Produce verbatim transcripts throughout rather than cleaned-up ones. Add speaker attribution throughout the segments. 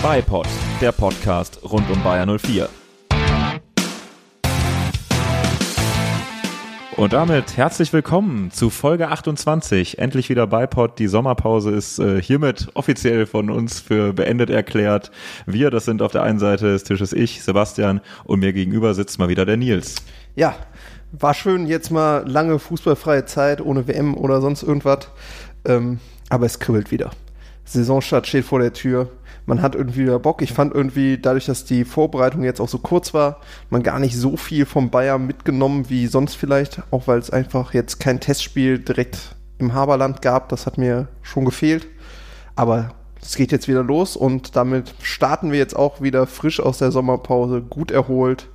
Speaker 1: BayPod, der Podcast rund um Bayer null vier. Und damit herzlich willkommen zu Folge achtundzwanzig. Endlich wieder BayPod. Die Sommerpause ist äh, hiermit offiziell von uns für beendet erklärt. Wir, das sind auf der einen Seite des Tisches ich, Sebastian, und mir gegenüber sitzt mal wieder der Nils.
Speaker 2: Ja, war schön, jetzt mal lange fußballfreie Zeit ohne W M oder sonst irgendwas. Ähm, aber es kribbelt wieder. Saisonstart steht vor der Tür. Man hat irgendwie wieder Bock. Ich fand irgendwie, dadurch, dass die Vorbereitung jetzt auch so kurz war, man gar nicht so viel vom Bayern mitgenommen wie sonst vielleicht, auch weil es einfach jetzt kein Testspiel direkt im Haberland gab. Das hat mir schon gefehlt. Aber es geht jetzt wieder los und damit starten wir jetzt auch wieder frisch aus der Sommerpause, gut erholt.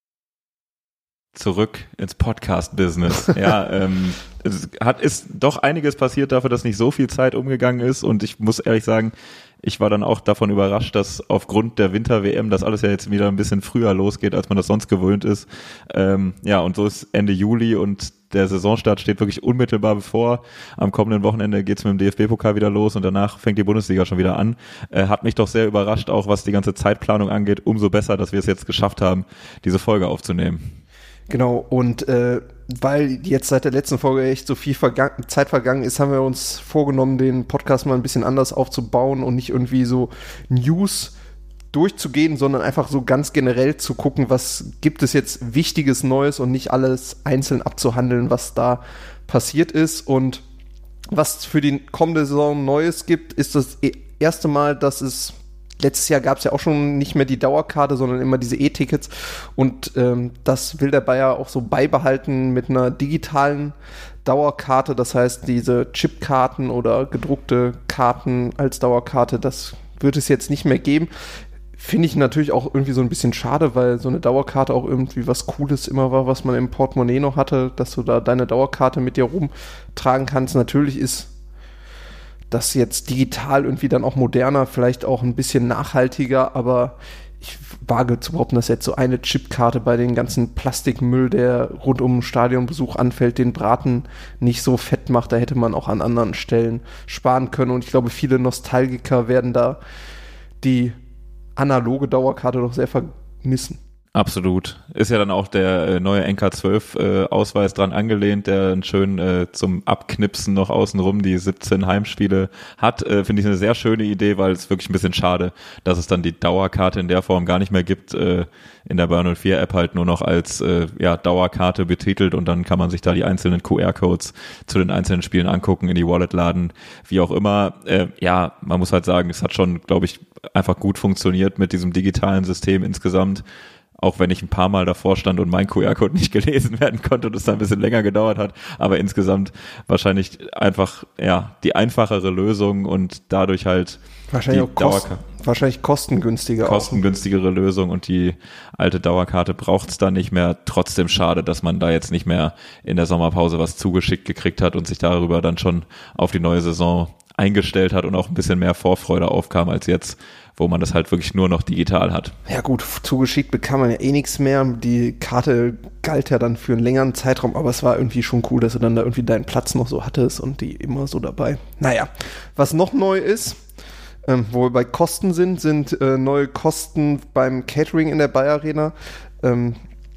Speaker 1: Zurück ins Podcast-Business. Ja, ähm, es hat, ist doch einiges passiert dafür, dass nicht so viel Zeit umgegangen ist, und ich muss ehrlich sagen, ich war dann auch davon überrascht, dass aufgrund der Winter-W M das alles ja jetzt wieder ein bisschen früher losgeht, als man das sonst gewöhnt ist. Ähm, ja, und so ist Ende Juli und der Saisonstart steht wirklich unmittelbar bevor. Am kommenden Wochenende geht's mit dem D F B-Pokal wieder los und danach fängt die Bundesliga schon wieder an. Äh, hat mich doch sehr überrascht, auch was die ganze Zeitplanung angeht. Umso besser, dass wir es jetzt geschafft haben, diese Folge aufzunehmen.
Speaker 2: Genau, und äh, weil jetzt seit der letzten Folge echt so viel vergangen, Zeit vergangen ist, haben wir uns vorgenommen, den Podcast mal ein bisschen anders aufzubauen und nicht irgendwie so News durchzugehen, sondern einfach so ganz generell zu gucken, was gibt es jetzt Wichtiges Neues und nicht alles einzeln abzuhandeln, was da passiert ist. Und was für die kommende Saison Neues gibt, ist das erste Mal, dass es letztes Jahr gab es ja auch schon nicht mehr die Dauerkarte, sondern immer diese E-Tickets, und ähm, das will der Bayer auch so beibehalten mit einer digitalen Dauerkarte. Das heißt, diese Chipkarten oder gedruckte Karten als Dauerkarte, das wird es jetzt nicht mehr geben. Finde ich natürlich auch irgendwie so ein bisschen schade, weil so eine Dauerkarte auch irgendwie was Cooles immer war, was man im Portemonnaie noch hatte, dass du da deine Dauerkarte mit dir rumtragen kannst. Natürlich ist das jetzt digital irgendwie dann auch moderner, vielleicht auch ein bisschen nachhaltiger, aber ich wage zu behaupten, dass jetzt so eine Chipkarte bei den ganzen Plastikmüll, der rund um Stadionbesuch anfällt, den Braten nicht so fett macht. Da hätte man auch an anderen Stellen sparen können, und ich glaube, viele Nostalgiker werden da die analoge Dauerkarte doch sehr vermissen.
Speaker 1: Absolut. Ist ja dann auch der äh, neue N K zwölf äh, Ausweis dran angelehnt, der dann schön äh, zum Abknipsen noch außenrum die siebzehn Heimspiele hat. Äh, finde ich eine sehr schöne Idee, weil es wirklich ein bisschen schade, dass es dann die Dauerkarte in der Form gar nicht mehr gibt, äh, in der Bayer null vier App halt nur noch als äh, ja, Dauerkarte betitelt, und dann kann man sich da die einzelnen Q R-Codes zu den einzelnen Spielen angucken, in die Wallet laden, wie auch immer. Äh, ja, man muss halt sagen, es hat schon, glaube ich, einfach gut funktioniert mit diesem digitalen System insgesamt. Auch wenn ich ein paar Mal davor stand und mein Q R-Code nicht gelesen werden konnte und es da ein bisschen länger gedauert hat. Aber insgesamt wahrscheinlich einfach ja die einfachere Lösung und dadurch halt
Speaker 2: wahrscheinlich
Speaker 1: die
Speaker 2: auch kost, wahrscheinlich kostengünstiger
Speaker 1: kostengünstigere Lösung, und die alte Dauerkarte braucht es da nicht mehr. Trotzdem schade, dass man da jetzt nicht mehr in der Sommerpause was zugeschickt gekriegt hat und sich darüber dann schon auf die neue Saison eingestellt hat und auch ein bisschen mehr Vorfreude aufkam als jetzt, wo man das halt wirklich nur noch digital hat.
Speaker 2: Ja gut, zugeschickt bekam man ja eh nichts mehr. Die Karte galt ja dann für einen längeren Zeitraum, aber es war irgendwie schon cool, dass du dann da irgendwie deinen Platz noch so hattest und die immer so dabei. Naja, was noch neu ist, ähm, wo wir bei Kosten sind, sind äh, neue Kosten beim Catering in der Bayer Arena. Ähm,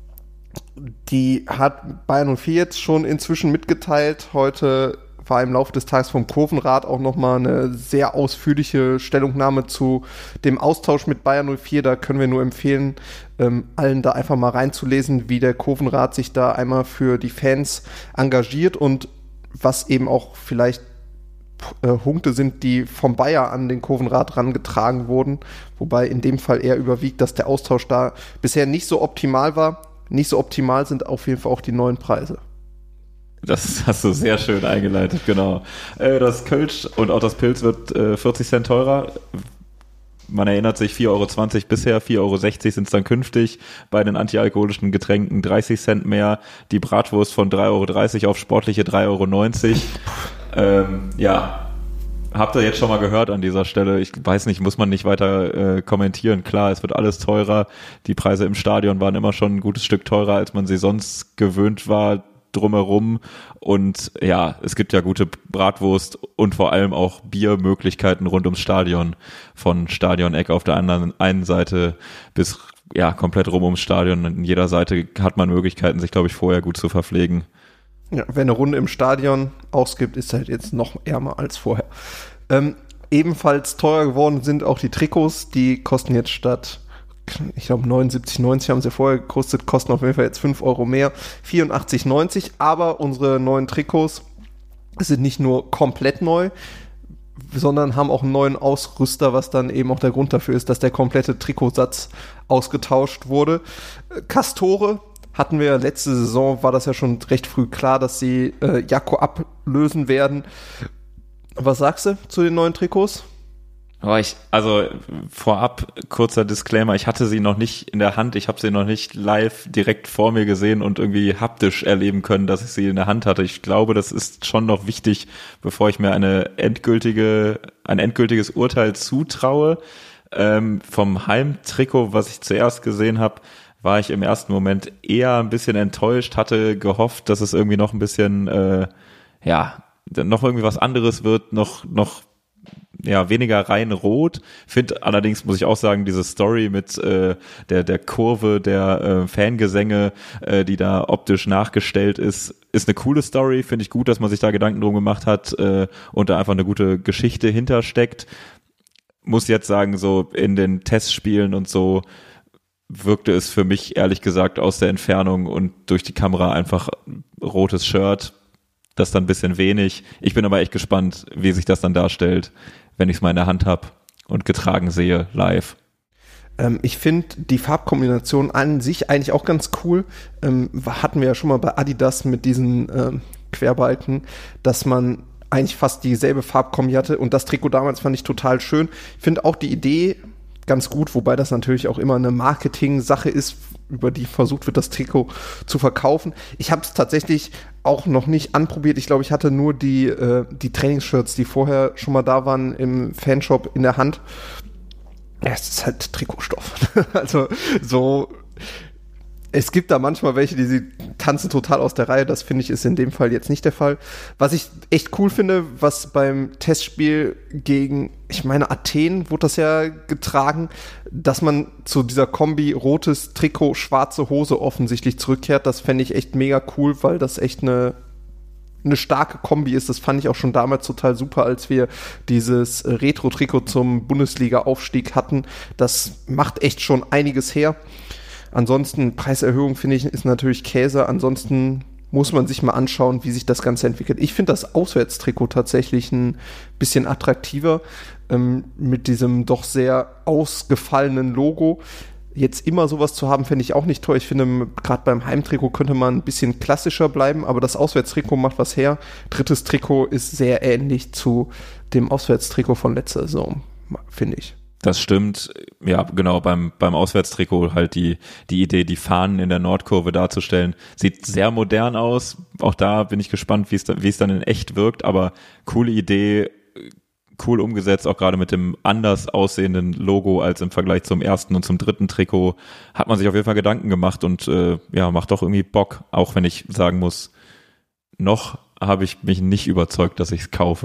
Speaker 2: die hat Bayer null vier jetzt schon inzwischen mitgeteilt. Heute war im Laufe des Tages vom Kurvenrat auch nochmal eine sehr ausführliche Stellungnahme zu dem Austausch mit Bayer null vier. Da können wir nur empfehlen, ähm, allen da einfach mal reinzulesen, wie der Kurvenrat sich da einmal für die Fans engagiert und was eben auch vielleicht äh, Punkte sind, die vom Bayer an den Kurvenrat rangetragen wurden. Wobei in dem Fall eher überwiegt, dass der Austausch da bisher nicht so optimal war. Nicht so optimal sind auf jeden Fall auch die neuen Preise.
Speaker 1: Das hast du sehr schön eingeleitet, genau. Äh, das Kölsch und auch das Pilz wird äh, vierzig Cent teurer. Man erinnert sich, vier Euro zwanzig bisher, vier Euro sechzig sind es dann künftig. Bei den antialkoholischen Getränken dreißig Cent mehr. Die Bratwurst von drei Euro dreißig auf sportliche drei Euro neunzig. Ähm, ja, habt ihr jetzt schon mal gehört an dieser Stelle. Ich weiß nicht, muss man nicht weiter äh, kommentieren. Klar, es wird alles teurer. Die Preise im Stadion waren immer schon ein gutes Stück teurer, als man sie sonst gewöhnt war. drumherum und ja, es gibt ja gute Bratwurst und vor allem auch Biermöglichkeiten rund ums Stadion, von Stadioneck auf der anderen einen Seite bis ja komplett rum ums Stadion. An jeder Seite hat man Möglichkeiten, sich, glaube ich, vorher gut zu verpflegen.
Speaker 2: Ja, wenn eine Runde im Stadion ausgibt, ist halt jetzt noch ärmer als vorher. Ähm, ebenfalls teuer geworden sind auch die Trikots, die kosten jetzt statt, ich glaube neunundsiebzig neunzig haben sie vorher gekostet, kosten auf jeden Fall jetzt fünf Euro mehr, vierundachtzig neunzig, aber unsere neuen Trikots sind nicht nur komplett neu, sondern haben auch einen neuen Ausrüster, was dann eben auch der Grund dafür ist, dass der komplette Trikotsatz ausgetauscht wurde. Castore hatten wir letzte Saison, war das ja schon recht früh klar, dass sie äh, Jakko ablösen werden. Was sagst du zu den neuen Trikots?
Speaker 1: Oh, ich, also vorab, kurzer Disclaimer, ich hatte sie noch nicht in der Hand, ich habe sie noch nicht live direkt vor mir gesehen und irgendwie haptisch erleben können, dass ich sie in der Hand hatte. Ich glaube, das ist schon noch wichtig, bevor ich mir eine endgültige, ein endgültiges Urteil zutraue. Ähm, vom Heimtrikot, was ich zuerst gesehen habe, war ich im ersten Moment eher ein bisschen enttäuscht, hatte gehofft, dass es irgendwie noch ein bisschen, äh, ja, noch irgendwie was anderes wird, noch, noch, ja, weniger rein rot. Finde allerdings, muss ich auch sagen, diese Story mit äh, der der Kurve der äh, Fangesänge, äh, die da optisch nachgestellt ist, ist eine coole Story. Finde ich gut, dass man sich da Gedanken drum gemacht hat äh, und da einfach eine gute Geschichte hintersteckt. Muss jetzt sagen, so in den Testspielen und so wirkte es für mich ehrlich gesagt aus der Entfernung und durch die Kamera einfach rotes Shirt. Das dann ein bisschen wenig. Ich bin aber echt gespannt, wie sich das dann darstellt, wenn ich es mal in der Hand habe und getragen sehe, live.
Speaker 2: Ähm, ich finde die Farbkombination an sich eigentlich auch ganz cool. Ähm, hatten wir ja schon mal bei Adidas mit diesen ähm, Querbalken, dass man eigentlich fast dieselbe Farbkombi hatte und das Trikot damals fand ich total schön. Ich finde auch die Idee ganz gut, wobei das natürlich auch immer eine Marketing-Sache ist, über die versucht wird, das Trikot zu verkaufen. Ich habe es tatsächlich auch noch nicht anprobiert. Ich glaube, ich hatte nur die, äh, die Trainingsshirts, die vorher schon mal da waren im Fanshop in der Hand. Ja, es ist halt Trikotstoff. Also so, es gibt da manchmal welche, die sie tanzen total aus der Reihe. Das finde ich ist in dem Fall jetzt nicht der Fall. Was ich echt cool finde, was beim Testspiel gegen, ich meine Athen wurde das ja getragen, dass man zu dieser Kombi rotes Trikot, schwarze Hose offensichtlich zurückkehrt. Das fände ich echt mega cool, weil das echt eine eine starke Kombi ist. Das fand ich auch schon damals total super, als wir dieses Retro-Trikot zum Bundesliga-Aufstieg hatten. Das macht echt schon einiges her. Ansonsten, Preiserhöhung, finde ich, ist natürlich Käse. Ansonsten muss man sich mal anschauen, wie sich das Ganze entwickelt. Ich finde das Auswärtstrikot tatsächlich ein bisschen attraktiver, ähm, mit diesem doch sehr ausgefallenen Logo. Jetzt immer sowas zu haben, finde ich auch nicht toll. Ich finde, gerade beim Heimtrikot könnte man ein bisschen klassischer bleiben, aber das Auswärtstrikot macht was her. Drittes Trikot ist sehr ähnlich zu dem Auswärtstrikot von letzter Saison, finde ich.
Speaker 1: Das stimmt, ja genau, beim beim Auswärtstrikot halt die die Idee, die Fahnen in der Nordkurve darzustellen, sieht sehr modern aus. Auch da bin ich gespannt, wie es da, wie es dann in echt wirkt, aber coole Idee, cool umgesetzt, auch gerade mit dem anders aussehenden Logo als im Vergleich zum ersten und zum dritten Trikot, hat man sich auf jeden Fall Gedanken gemacht und äh, ja, macht doch irgendwie Bock, auch wenn ich sagen muss, noch habe ich mich nicht überzeugt, dass ich es kaufe.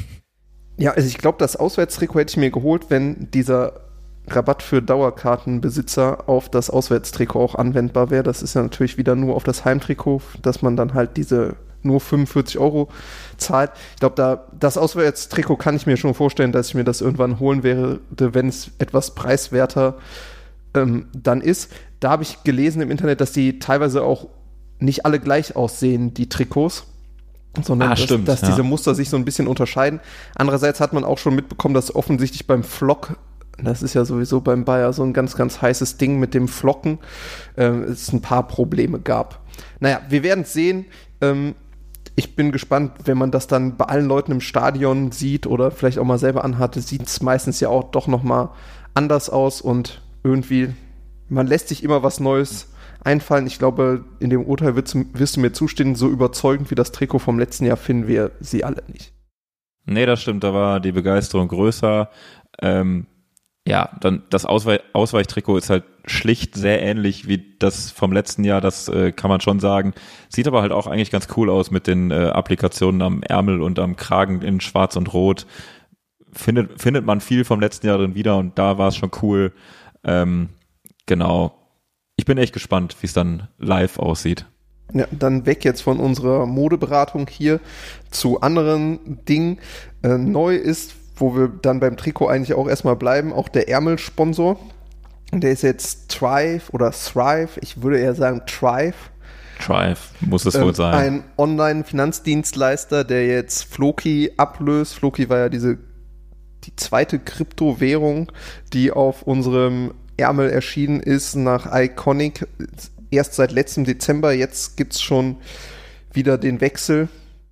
Speaker 2: Ja, also ich glaube, das Auswärtstrikot hätte ich mir geholt, wenn dieser Rabatt für Dauerkartenbesitzer auf das Auswärtstrikot auch anwendbar wäre. Das ist ja natürlich wieder nur auf das Heimtrikot, dass man dann halt diese nur fünfundvierzig Euro zahlt. Ich glaube, da das Auswärtstrikot kann ich mir schon vorstellen, dass ich mir das irgendwann holen werde, wenn es etwas preiswerter ähm, dann ist. Da habe ich gelesen im Internet, dass die teilweise auch nicht alle gleich aussehen, die Trikots. Sondern
Speaker 1: ah,
Speaker 2: dass,
Speaker 1: stimmt,
Speaker 2: dass
Speaker 1: ja.
Speaker 2: diese Muster sich so ein bisschen unterscheiden. Andererseits hat man auch schon mitbekommen, dass offensichtlich beim Flock, das ist ja sowieso beim Bayer so ein ganz, ganz heißes Ding mit dem Flocken, äh, es ein paar Probleme gab. Naja, wir werden es sehen. Ähm, ich bin gespannt, wenn man das dann bei allen Leuten im Stadion sieht oder vielleicht auch mal selber anhatte, sieht es meistens ja auch doch noch mal anders aus und irgendwie, man lässt sich immer was Neues einfallen. Ich glaube, in dem Urteil wirst, wirst du mir zustimmen, so überzeugend wie das Trikot vom letzten Jahr finden wir sie alle nicht.
Speaker 1: Nee, das stimmt, da war die Begeisterung größer. Ähm, ja, dann das Ausweich- Ausweichtrikot ist halt schlicht sehr ähnlich wie das vom letzten Jahr, das äh, kann man schon sagen. Sieht aber halt auch eigentlich ganz cool aus mit den äh, Applikationen am Ärmel und am Kragen in schwarz und rot. Findet, findet man viel vom letzten Jahr drin wieder und da war es schon cool. Ähm, genau. Ich bin echt gespannt, wie es dann live aussieht.
Speaker 2: Ja, dann weg jetzt von unserer Modeberatung hier zu anderen Dingen. Äh, neu ist, wo wir dann beim Trikot eigentlich auch erstmal bleiben, auch der Ärmelsponsor. Der ist jetzt Thrive oder Thrive, ich würde eher sagen Thrive.
Speaker 1: Thrive, muss es ähm, wohl sein.
Speaker 2: Ein Online-Finanzdienstleister, der jetzt Floki ablöst. Floki war ja diese die zweite Kryptowährung, die auf unserem Ärmel erschienen ist nach Iconic. Erst seit letztem Dezember, jetzt gibt es schon wieder den Wechsel.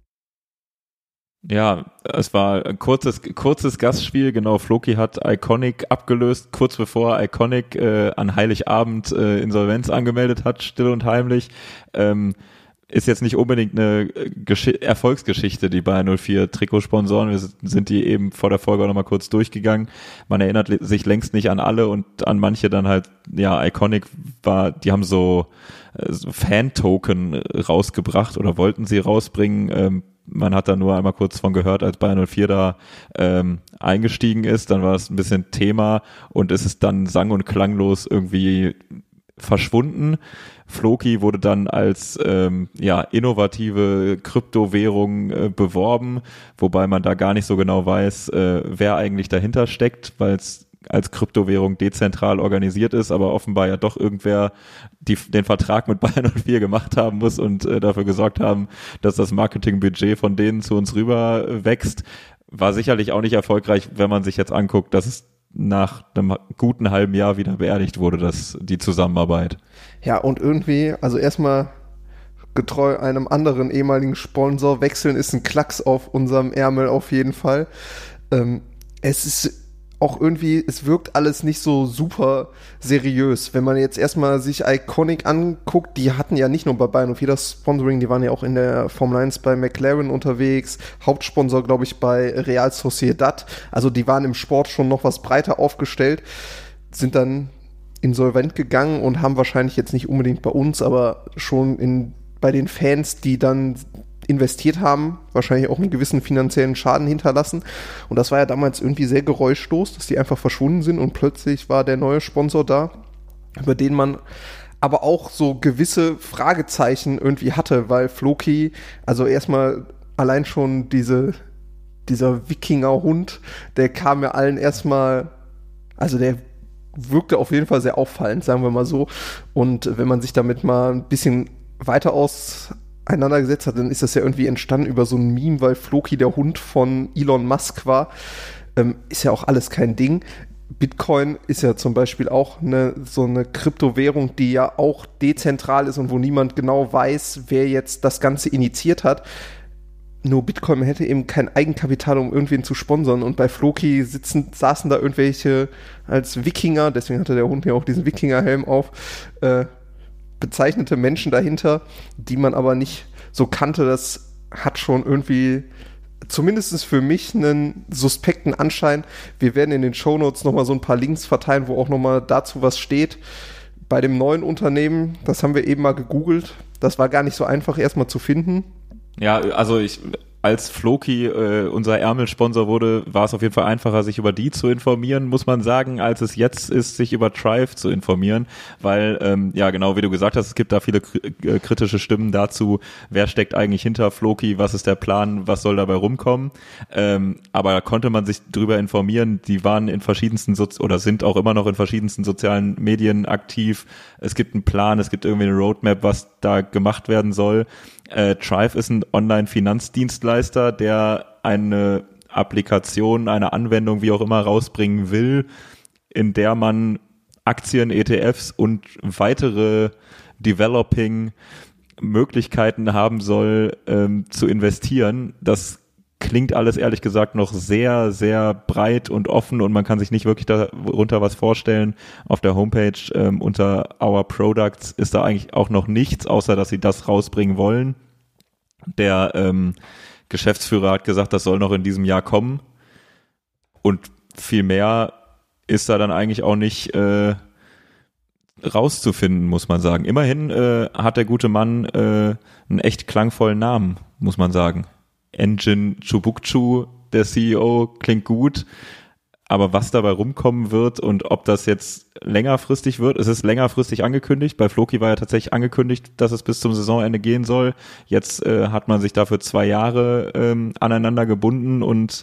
Speaker 1: Ja, es war ein kurzes, kurzes Gastspiel, genau, Floki hat Iconic abgelöst, kurz bevor Iconic äh, an Heiligabend äh, Insolvenz angemeldet hat, still und heimlich. Ähm, ist jetzt nicht unbedingt eine Gesch- Erfolgsgeschichte, die Bayern null vier Trikotsponsoren. Wir sind die eben vor der Folge auch nochmal kurz durchgegangen. Man erinnert sich längst nicht an alle und an manche dann halt, ja, Iconic war, die haben so, so Fan-Token rausgebracht oder wollten sie rausbringen. Ähm, man hat da nur einmal kurz von gehört, als Bayern null vier da ähm, eingestiegen ist, dann war es ein bisschen Thema und es ist dann sang- und klanglos irgendwie verschwunden. Floki wurde dann als ähm, ja innovative Kryptowährung äh, beworben, wobei man da gar nicht so genau weiß, äh, wer eigentlich dahinter steckt, weil es als Kryptowährung dezentral organisiert ist, aber offenbar ja doch irgendwer die, den Vertrag mit Bayern null vier gemacht haben muss und äh, dafür gesorgt haben, dass das Marketingbudget von denen zu uns rüber wächst. War sicherlich auch nicht erfolgreich, wenn man sich jetzt anguckt, dass es nach einem guten halben Jahr wieder beerdigt wurde, dass die Zusammenarbeit.
Speaker 2: Ja, und irgendwie, also erstmal getreu einem anderen ehemaligen Sponsor, wechseln ist ein Klacks auf unserem Ärmel auf jeden Fall. Ähm, es ist auch irgendwie, es wirkt alles nicht so super seriös. Wenn man jetzt erstmal sich Iconic anguckt, die hatten ja nicht nur bei Bayern null vier das Sponsoring, die waren ja auch in der Formel eins bei McLaren unterwegs, Hauptsponsor, glaube ich, bei Real Sociedad. Also die waren im Sport schon noch was breiter aufgestellt, sind dann insolvent gegangen und haben wahrscheinlich jetzt nicht unbedingt bei uns, aber schon in, bei den Fans, die dann investiert haben, wahrscheinlich auch einen gewissen finanziellen Schaden hinterlassen. Und das war ja damals irgendwie sehr geräuschlos, dass die einfach verschwunden sind und plötzlich war der neue Sponsor da, über den man aber auch so gewisse Fragezeichen irgendwie hatte, weil Floki, also erstmal allein schon diese, dieser Wikinger-Hund, der kam ja allen erstmal, also der wirkte auf jeden Fall sehr auffallend, sagen wir mal so. Und wenn man sich damit mal ein bisschen weiter aus auseinandergesetzt hat, dann ist das ja irgendwie entstanden über so ein Meme, weil Floki der Hund von Elon Musk war. Ähm, ist ja auch alles kein Ding. Bitcoin ist ja zum Beispiel auch eine, so eine Kryptowährung, die ja auch dezentral ist und wo niemand genau weiß, wer jetzt das Ganze initiiert hat. Nur Bitcoin hätte eben kein Eigenkapital, um irgendwen zu sponsern. Und bei Floki sitzen, saßen da irgendwelche als Wikinger, deswegen hatte der Hund ja auch diesen Wikingerhelm auf, äh, bezeichnete Menschen dahinter, die man aber nicht so kannte. Das hat schon irgendwie zumindest für mich einen suspekten Anschein. Wir werden in den Shownotes nochmal so ein paar Links verteilen, wo auch nochmal dazu was steht. Bei dem neuen Unternehmen, das haben wir eben mal gegoogelt, das war gar nicht so einfach erstmal zu finden.
Speaker 1: Ja, also ich, als Floki äh, unser Ärmelsponsor wurde, war es auf jeden Fall einfacher, sich über die zu informieren, muss man sagen, als es jetzt ist, sich über Thrive zu informieren, weil, ähm, ja genau, wie du gesagt hast, es gibt da viele k- kritische Stimmen dazu, wer steckt eigentlich hinter Floki, was ist der Plan, was soll dabei rumkommen, ähm, aber da konnte man sich drüber informieren, die waren in verschiedensten, Sozi- oder sind auch immer noch in verschiedensten sozialen Medien aktiv, es gibt einen Plan, es gibt irgendwie eine Roadmap, was da gemacht werden soll. Äh, Thrive ist ein Online-Finanzdienstleister, der eine Applikation, eine Anwendung, wie auch immer, rausbringen will, in der man Aktien, E T Fs und weitere Developing-Möglichkeiten haben soll, ähm, zu investieren. Das klingt alles ehrlich gesagt noch sehr, sehr breit und offen und man kann sich nicht wirklich darunter was vorstellen. Auf der Homepage ähm, unter Our Products ist da eigentlich auch noch nichts, außer dass sie das rausbringen wollen. Der ähm, Geschäftsführer hat gesagt, das soll noch in diesem Jahr kommen und viel mehr ist da dann eigentlich auch nicht äh, rauszufinden, muss man sagen. Immerhin äh, hat der gute Mann äh, einen echt klangvollen Namen, muss man sagen. Engin Chubukchu, der C E O, klingt gut, aber was dabei rumkommen wird und ob das jetzt längerfristig wird, es ist längerfristig angekündigt. Bei Floki war ja tatsächlich angekündigt, dass es bis zum Saisonende gehen soll. Jetzt äh, hat man sich dafür zwei Jahre ähm, aneinander gebunden und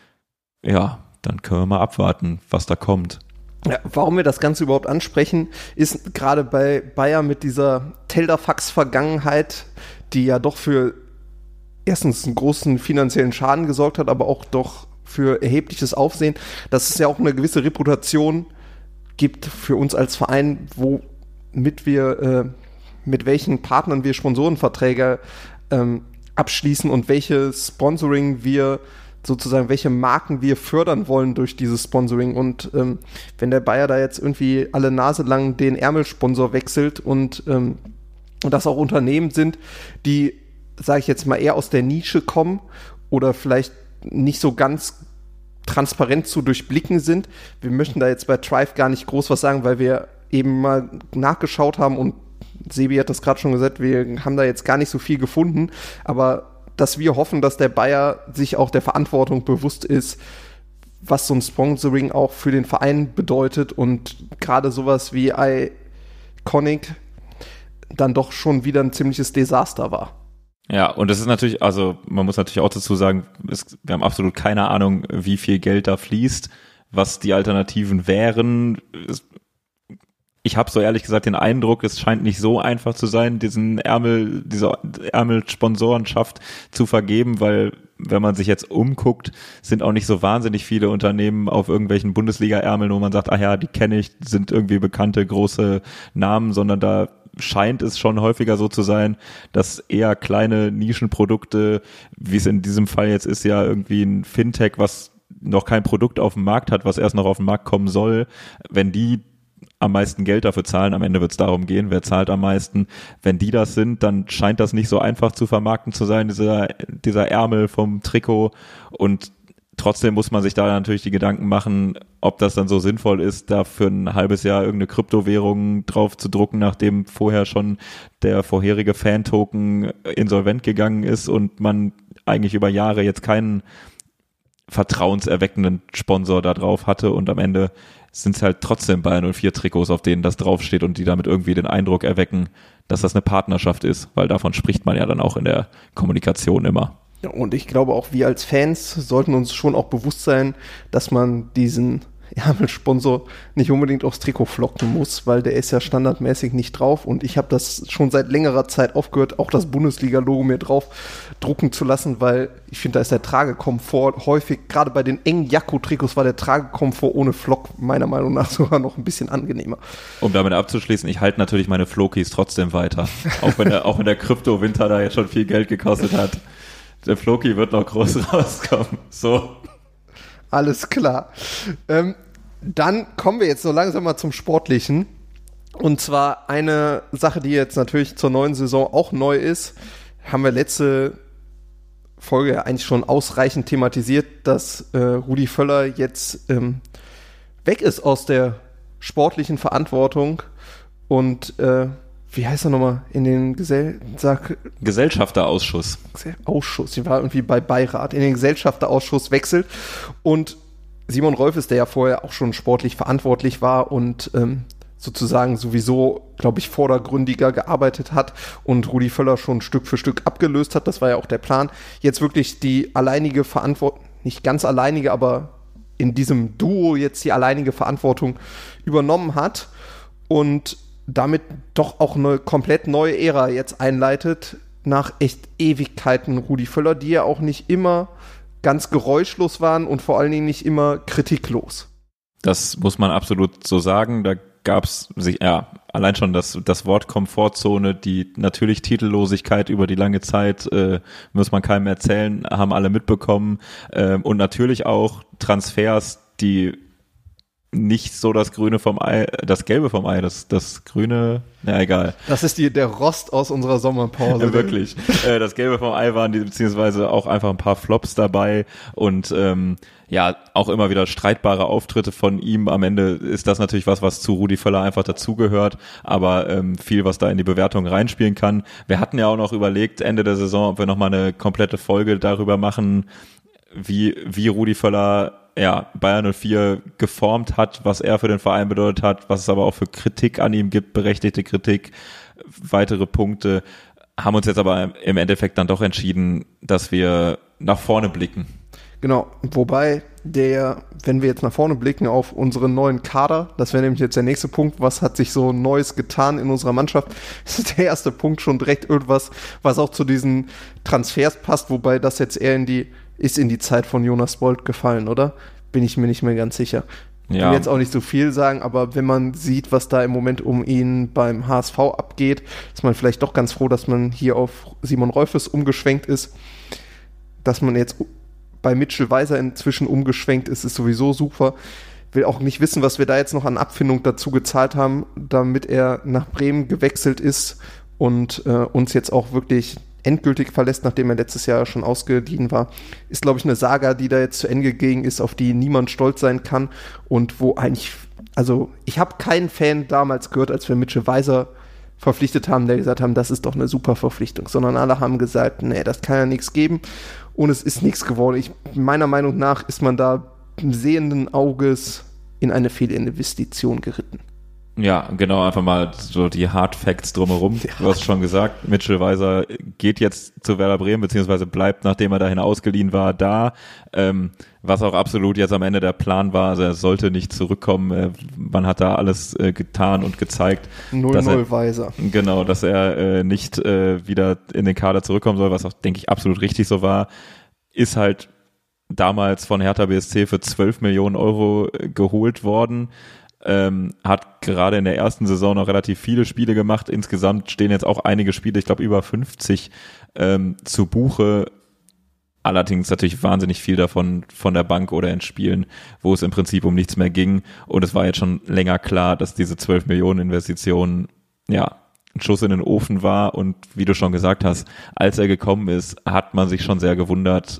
Speaker 1: ja, dann können wir mal abwarten, was da kommt.
Speaker 2: Ja, warum wir das Ganze überhaupt ansprechen, ist gerade bei Bayer mit dieser Teldafax-Vergangenheit, die ja doch für erstens einen großen finanziellen Schaden gesorgt hat, aber auch doch für erhebliches Aufsehen, dass es ja auch eine gewisse Reputation gibt für uns als Verein, womit wir, äh, mit welchen Partnern wir Sponsorenverträge ähm, abschließen und welches Sponsoring wir sozusagen, welche Marken wir fördern wollen durch dieses Sponsoring. Und ähm, wenn der Bayer da jetzt irgendwie alle Nase lang den Ärmelsponsor wechselt und, ähm, und das auch Unternehmen sind, die, sage ich jetzt mal, eher aus der Nische kommen oder vielleicht nicht so ganz transparent zu durchblicken sind. Wir möchten da jetzt bei Thrive gar nicht groß was sagen, weil wir eben mal nachgeschaut haben und Sebi hat das gerade schon gesagt, wir haben da jetzt gar nicht so viel gefunden, aber dass wir hoffen, dass der Bayer sich auch der Verantwortung bewusst ist, was so ein Sponsoring auch für den Verein bedeutet und gerade sowas wie Iconic dann doch schon wieder ein ziemliches Desaster war.
Speaker 1: Ja, und das ist natürlich, also man muss natürlich auch dazu sagen, es, wir haben absolut keine Ahnung, wie viel Geld da fließt, was die Alternativen wären. Es, ich habe so ehrlich gesagt den Eindruck, es scheint nicht so einfach zu sein, diesen Ärmel, diese Ärmelsponsorenschaft zu vergeben, weil wenn man sich jetzt umguckt, sind auch nicht so wahnsinnig viele Unternehmen auf irgendwelchen Bundesliga-Ärmeln, wo man sagt, ach ja, die kenne ich, sind irgendwie bekannte große Namen, sondern da scheint es schon häufiger so zu sein, dass eher kleine Nischenprodukte, wie es in diesem Fall jetzt ist, ja irgendwie ein Fintech, was noch kein Produkt auf dem Markt hat, was erst noch auf den Markt kommen soll, wenn die am meisten Geld dafür zahlen, am Ende wird es darum gehen, wer zahlt am meisten. Wenn die das sind, dann scheint das nicht so einfach zu vermarkten zu sein, dieser, dieser Ärmel vom Trikot, und trotzdem muss man sich da natürlich die Gedanken machen, ob das dann so sinnvoll ist, da für ein halbes Jahr irgendeine Kryptowährung drauf zu drucken, nachdem vorher schon der vorherige Fan-Token insolvent gegangen ist und man eigentlich über Jahre jetzt keinen vertrauenserweckenden Sponsor da drauf hatte und am Ende sind es halt trotzdem Bayer null vier Trikots, auf denen das draufsteht und die damit irgendwie den Eindruck erwecken, dass das eine Partnerschaft ist, weil davon spricht man ja dann auch in der Kommunikation immer.
Speaker 2: Ja, und ich glaube auch, wir als Fans sollten uns schon auch bewusst sein, dass man diesen Ärmelsponsor nicht unbedingt aufs Trikot flocken muss, weil der ist ja standardmäßig nicht drauf und ich habe das schon seit längerer Zeit aufgehört, auch das Bundesliga-Logo mir drauf drucken zu lassen, weil ich finde, da ist der Tragekomfort häufig, gerade bei den engen Jakko-Trikots war der Tragekomfort ohne Flock meiner Meinung nach sogar noch ein bisschen angenehmer.
Speaker 1: Um damit abzuschließen, ich halte natürlich meine Flokis trotzdem weiter, auch wenn der, auch wenn der Krypto-Winter da jetzt schon viel Geld gekostet hat. Der Floki wird noch groß rauskommen, so.
Speaker 2: Alles klar. Ähm, dann kommen wir jetzt so langsam mal zum Sportlichen. Und zwar eine Sache, die jetzt natürlich zur neuen Saison auch neu ist, haben wir letzte Folge ja eigentlich schon ausreichend thematisiert, dass äh, Rudi Völler jetzt ähm, weg ist aus der sportlichen Verantwortung und äh, wie heißt er nochmal, in den Gesell- sag,
Speaker 1: Gesellschafterausschuss.
Speaker 2: Ausschuss, ich war irgendwie bei Beirat, in den Gesellschafterausschuss wechselt und Simon Rolfes, der ja vorher auch schon sportlich verantwortlich war und ähm, sozusagen sowieso, glaube ich, vordergründiger gearbeitet hat und Rudi Völler schon Stück für Stück abgelöst hat, das war ja auch der Plan, jetzt wirklich die alleinige Verantwortung, nicht ganz alleinige, aber in diesem Duo jetzt die alleinige Verantwortung übernommen hat und damit doch auch eine komplett neue Ära jetzt einleitet, nach echt Ewigkeiten Rudi Völler, die ja auch nicht immer ganz geräuschlos waren und vor allen Dingen nicht immer kritiklos.
Speaker 1: Das muss man absolut so sagen, da gab es sich, ja, allein schon das, das Wort Komfortzone, die natürlich Titellosigkeit über die lange Zeit, äh, muss man keinem erzählen, haben alle mitbekommen, äh, und natürlich auch Transfers, die nicht so das Grüne vom Ei, das Gelbe vom Ei, das, das Grüne, na egal.
Speaker 2: Das ist die, der Rost aus unserer Sommerpause.
Speaker 1: Ja, wirklich. äh, das Gelbe vom Ei waren die, beziehungsweise auch einfach ein paar Flops dabei und ähm, ja, auch immer wieder streitbare Auftritte von ihm. Am Ende ist das natürlich was, was zu Rudi Völler einfach dazugehört, aber ähm, viel, was da in die Bewertung reinspielen kann. Wir hatten ja auch noch überlegt, Ende der Saison, ob wir nochmal eine komplette Folge darüber machen, wie, wie Rudi Völler ja, Bayern null vier geformt hat, was er für den Verein bedeutet hat, was es aber auch für Kritik an ihm gibt, berechtigte Kritik, weitere Punkte, haben uns jetzt aber im Endeffekt dann doch entschieden, dass wir nach vorne blicken.
Speaker 2: Genau, wobei der, wenn wir jetzt nach vorne blicken auf unseren neuen Kader, das wäre nämlich jetzt der nächste Punkt, was hat sich so Neues getan in unserer Mannschaft, das ist der erste Punkt schon direkt irgendwas, was auch zu diesen Transfers passt, wobei das jetzt eher in die ist in die Zeit von Jonas Bolt gefallen, oder? Bin ich mir nicht mehr ganz sicher. Ich
Speaker 1: Ja.
Speaker 2: will jetzt auch nicht so viel sagen, aber wenn man sieht, was da im Moment um ihn beim H S V abgeht, ist man vielleicht doch ganz froh, dass man hier auf Simon Rolfes umgeschwenkt ist. Dass man jetzt bei Mitchell Weiser inzwischen umgeschwenkt ist, ist sowieso super. Will auch nicht wissen, was wir da jetzt noch an Abfindung dazu gezahlt haben, damit er nach Bremen gewechselt ist und äh, uns jetzt auch wirklich endgültig verlässt, nachdem er letztes Jahr schon ausgeliehen war, ist, glaube ich, eine Saga, die da jetzt zu Ende gegangen ist, auf die niemand stolz sein kann und wo eigentlich, also ich habe keinen Fan damals gehört, als wir Mitchell Weiser verpflichtet haben, der gesagt haben, das ist doch eine super Verpflichtung, sondern alle haben gesagt, nee, das kann ja nichts geben und es ist nichts geworden. Ich, meiner Meinung nach ist man da sehenden Auges in eine Fehlinvestition geritten.
Speaker 1: Ja, genau, einfach mal so die Hard Facts drumherum. Ja. Du hast schon gesagt, Mitchell Weiser geht jetzt zu Werder Bremen, beziehungsweise bleibt, nachdem er dahin ausgeliehen war, da. Ähm, was auch absolut jetzt am Ende der Plan war, also er sollte nicht zurückkommen. Äh, man hat da alles äh, getan und gezeigt.
Speaker 2: null null Weiser.
Speaker 1: Genau, dass er äh, nicht äh, wieder in den Kader zurückkommen soll, was auch, denke ich, absolut richtig so war. Ist halt damals von Hertha B S C für zwölf Millionen Euro äh, geholt worden. Ähm, hat gerade in der ersten Saison noch relativ viele Spiele gemacht. Insgesamt stehen jetzt auch einige Spiele, ich glaube über fünfzig, ähm, zu Buche. Allerdings natürlich wahnsinnig viel davon von der Bank oder in Spielen, wo es im Prinzip um nichts mehr ging. Und es war jetzt schon länger klar, dass diese zwölf Millionen Investitionen, ja, ein Schuss in den Ofen war. Und wie du schon gesagt hast, als er gekommen ist, hat man sich schon sehr gewundert,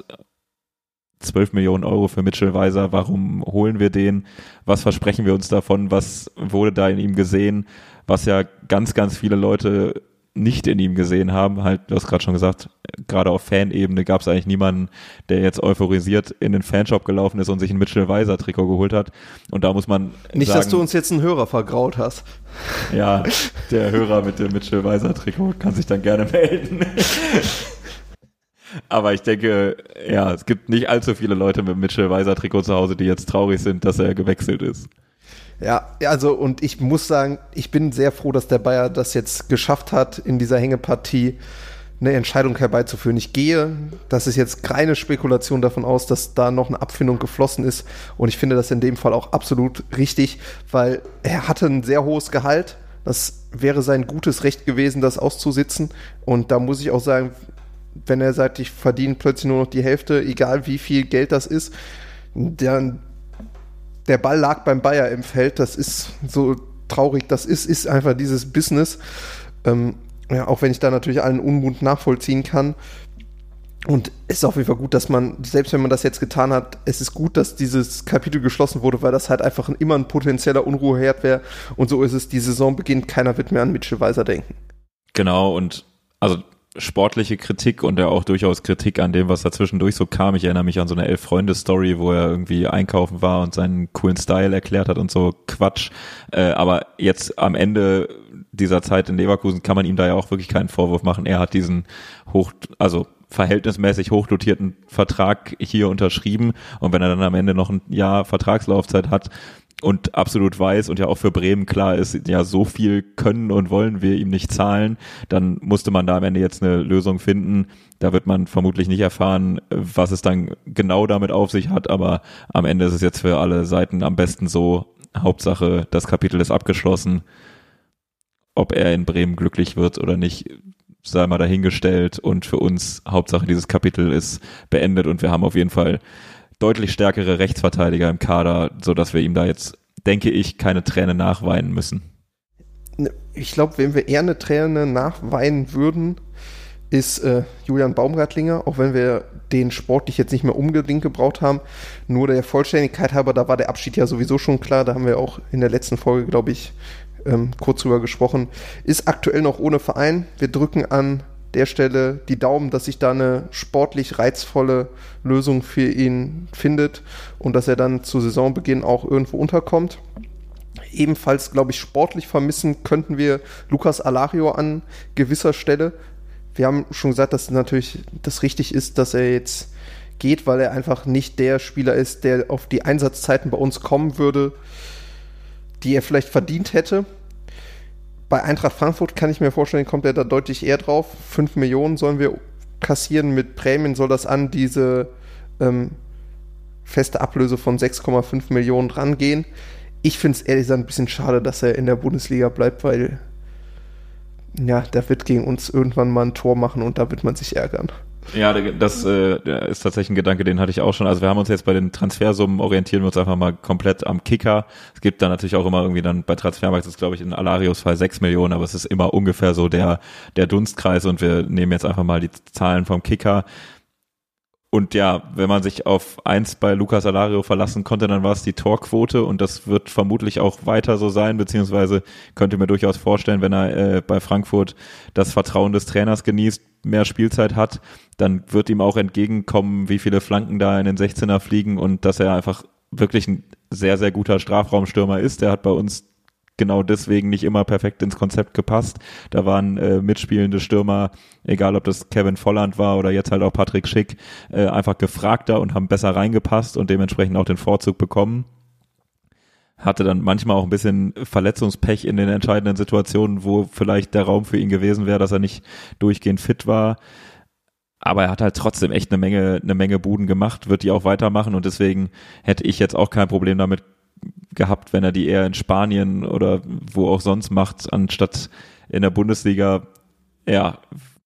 Speaker 1: zwölf Millionen Euro für Mitchell Weiser, warum holen wir den? Was versprechen wir uns davon? Was wurde da in ihm gesehen? Was ja ganz, ganz viele Leute nicht in ihm gesehen haben. Halt, du hast gerade schon gesagt, gerade auf Fanebene gab es eigentlich niemanden, der jetzt euphorisiert in den Fanshop gelaufen ist und sich ein Mitchell Weiser Trikot geholt hat. Und da muss man
Speaker 2: Nicht,
Speaker 1: sagen,
Speaker 2: dass du uns jetzt einen Hörer vergraut hast.
Speaker 1: Ja, der Hörer mit dem Mitchell Weiser Trikot kann sich dann gerne melden. Aber ich denke, ja, es gibt nicht allzu viele Leute mit Mitchell Weiser Trikot zu Hause, die jetzt traurig sind, dass er gewechselt ist.
Speaker 2: Ja, also und ich muss sagen, ich bin sehr froh, dass der Bayer das jetzt geschafft hat, in dieser Hängepartie eine Entscheidung herbeizuführen. Ich gehe, das ist jetzt keine Spekulation davon aus, dass da noch eine Abfindung geflossen ist und ich finde das in dem Fall auch absolut richtig, weil er hatte ein sehr hohes Gehalt. Das wäre sein gutes Recht gewesen, das auszusitzen und da muss ich auch sagen, wenn er sagt, ich verdiene plötzlich nur noch die Hälfte, egal wie viel Geld das ist, der, der Ball lag beim Bayer im Feld, das ist so traurig, das ist, ist einfach dieses Business, ähm, ja, auch wenn ich da natürlich allen Unmut nachvollziehen kann und es ist auf jeden Fall gut, dass man, selbst wenn man das jetzt getan hat, es ist gut, dass dieses Kapitel geschlossen wurde, weil das halt einfach immer ein potenzieller Unruheherd wäre und so ist es, die Saison beginnt, keiner wird mehr an Mitchell Weiser denken.
Speaker 1: Genau und also sportliche Kritik und ja auch durchaus Kritik an dem, was dazwischendurch so kam. Ich erinnere mich an so eine Elf-Freunde-Story, wo er irgendwie einkaufen war und seinen coolen Style erklärt hat und so Quatsch. Äh, aber jetzt am Ende dieser Zeit in Leverkusen kann man ihm da ja auch wirklich keinen Vorwurf machen. Er hat diesen hoch, also verhältnismäßig hochdotierten Vertrag hier unterschrieben und wenn er dann am Ende noch ein Jahr Vertragslaufzeit hat, und absolut weiß und ja auch für Bremen klar ist, ja, so viel können und wollen wir ihm nicht zahlen, dann musste man da am Ende jetzt eine Lösung finden. Da wird man vermutlich nicht erfahren, was es dann genau damit auf sich hat, aber am Ende ist es jetzt für alle Seiten am besten so. Hauptsache, das Kapitel ist abgeschlossen. Ob er in Bremen glücklich wird oder nicht, sei mal dahingestellt und für uns Hauptsache dieses Kapitel ist beendet und wir haben auf jeden Fall deutlich stärkere Rechtsverteidiger im Kader, so dass wir ihm da jetzt denke ich, keine Träne nachweinen müssen.
Speaker 2: Ich glaube, wenn wir eher eine Träne nachweinen würden, ist äh, Julian Baumgartlinger, auch wenn wir den sportlich jetzt nicht mehr unbedingt gebraucht haben. Nur der Vollständigkeit halber, da war der Abschied ja sowieso schon klar. Da haben wir auch in der letzten Folge, glaube ich, ähm, kurz drüber gesprochen. Ist aktuell noch ohne Verein. Wir drücken an der Stelle die Daumen, dass sich da eine sportlich reizvolle Lösung für ihn findet und dass er dann zu Saisonbeginn auch irgendwo unterkommt. Ebenfalls, glaube ich, sportlich vermissen könnten wir Lucas Alario an gewisser Stelle. Wir haben schon gesagt, dass natürlich das richtig ist, dass er jetzt geht, weil er einfach nicht der Spieler ist, der auf die Einsatzzeiten bei uns kommen würde, die er vielleicht verdient hätte. Bei Eintracht Frankfurt kann ich mir vorstellen, kommt er da deutlich eher drauf. Fünf Millionen sollen wir kassieren, mit Prämien soll das an diese ähm, feste Ablöse von sechs Komma fünf Millionen rangehen. Ich finde es ehrlich gesagt ein bisschen schade, dass er in der Bundesliga bleibt, weil ja, der wird gegen uns irgendwann mal ein Tor machen und da wird man sich ärgern.
Speaker 1: Ja, das äh, ist tatsächlich ein Gedanke, den hatte ich auch schon. Also wir haben uns jetzt bei den Transfersummen, orientieren wir uns einfach mal komplett am Kicker. Es gibt da natürlich auch immer irgendwie dann bei Transfermarkt, das ist glaube ich in Alarios Fall sechs Millionen, aber es ist immer ungefähr so der der Dunstkreis und wir nehmen jetzt einfach mal die Zahlen vom Kicker. Und ja, wenn man sich auf eins bei Lucas Alario verlassen konnte, dann war es die Torquote und das wird vermutlich auch weiter so sein, beziehungsweise könnte mir durchaus vorstellen, wenn er äh, bei Frankfurt das Vertrauen des Trainers genießt, mehr Spielzeit hat, dann wird ihm auch entgegenkommen, wie viele Flanken da in den sechzehner fliegen und dass er einfach wirklich ein sehr, sehr guter Strafraumstürmer ist. Der hat bei uns genau deswegen nicht immer perfekt ins Konzept gepasst. Da waren äh, mitspielende Stürmer, egal ob das Kevin Volland war oder jetzt halt auch Patrick Schick, äh, einfach gefragter und haben besser reingepasst und dementsprechend auch den Vorzug bekommen. Hatte dann manchmal auch ein bisschen Verletzungspech in den entscheidenden Situationen, wo vielleicht der Raum für ihn gewesen wäre, dass er nicht durchgehend fit war. Aber er hat halt trotzdem echt eine Menge, eine Menge Buden gemacht, wird die auch weitermachen und deswegen hätte ich jetzt auch kein Problem damit gehabt, wenn er die eher in Spanien oder wo auch sonst macht, anstatt in der Bundesliga. Ja.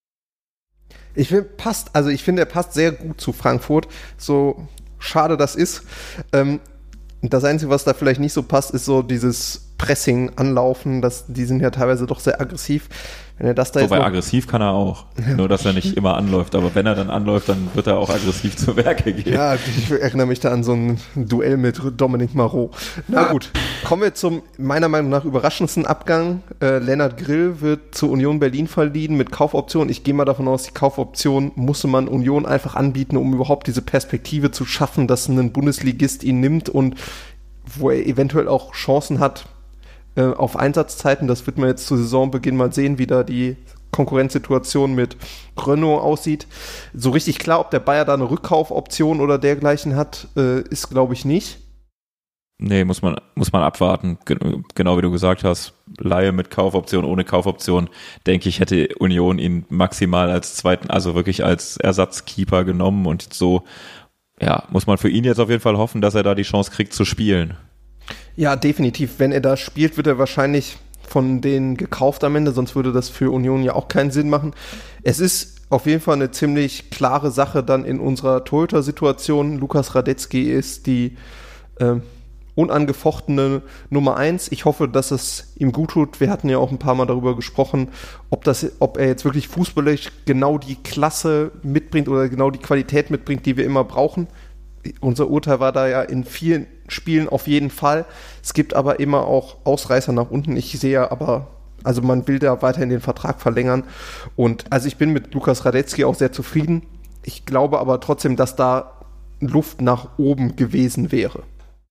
Speaker 2: Ich finde, passt, also ich finde, er passt sehr gut zu Frankfurt. So schade das ist. Ähm, das Einzige, was da vielleicht nicht so passt, ist so dieses Pressing, Anlaufen. Das, die sind ja teilweise doch sehr aggressiv. Wenn er das da
Speaker 1: Wobei
Speaker 2: jetzt
Speaker 1: aggressiv kann er auch. Nur, dass er nicht immer anläuft. Aber wenn er dann anläuft, dann wird er auch aggressiv zu Werke gehen.
Speaker 2: Ja, ich erinnere mich da an so ein Duell mit Dominic Marot. Na gut, kommen wir zum meiner Meinung nach überraschendsten Abgang. Äh, Lennart Grill wird zu Union Berlin verliehen mit Kaufoption. Ich gehe mal davon aus, die Kaufoption musste man Union einfach anbieten, um überhaupt diese Perspektive zu schaffen, dass ein Bundesligist ihn nimmt und wo er eventuell auch Chancen hat, auf Einsatzzeiten. Das wird man jetzt zu Saisonbeginn mal sehen, wie da die Konkurrenzsituation mit Renault aussieht. So richtig klar, ob der Bayer da eine Rückkaufoption oder dergleichen hat, äh, ist, glaube ich, nicht.
Speaker 1: Nee, muss man, muss man abwarten. Gen- genau wie du gesagt hast, Leihe mit Kaufoption, ohne Kaufoption, denke ich, hätte Union ihn maximal als zweiten, also wirklich als Ersatzkeeper genommen und so, ja, muss man für ihn jetzt auf jeden Fall hoffen, dass er da die Chance kriegt zu spielen.
Speaker 2: Ja, definitiv. Wenn er da spielt, wird er wahrscheinlich von denen gekauft am Ende, sonst würde das für Union ja auch keinen Sinn machen. Es ist auf jeden Fall eine ziemlich klare Sache dann in unserer Torhüter-Situation. Lukas Radetzky ist die äh, unangefochtene Nummer eins. Ich hoffe, dass es ihm gut tut. Wir hatten ja auch ein paar Mal darüber gesprochen, ob, das, ob er jetzt wirklich fußballerisch genau die Klasse mitbringt oder genau die Qualität mitbringt, die wir immer brauchen. Unser Urteil war da ja in vielen Spielen auf jeden Fall. Es gibt aber immer auch Ausreißer nach unten. Ich sehe aber, also man will da weiterhin den Vertrag verlängern. Und also ich bin mit Lukas Radetzky auch sehr zufrieden. Ich glaube aber trotzdem, dass da Luft nach oben gewesen wäre.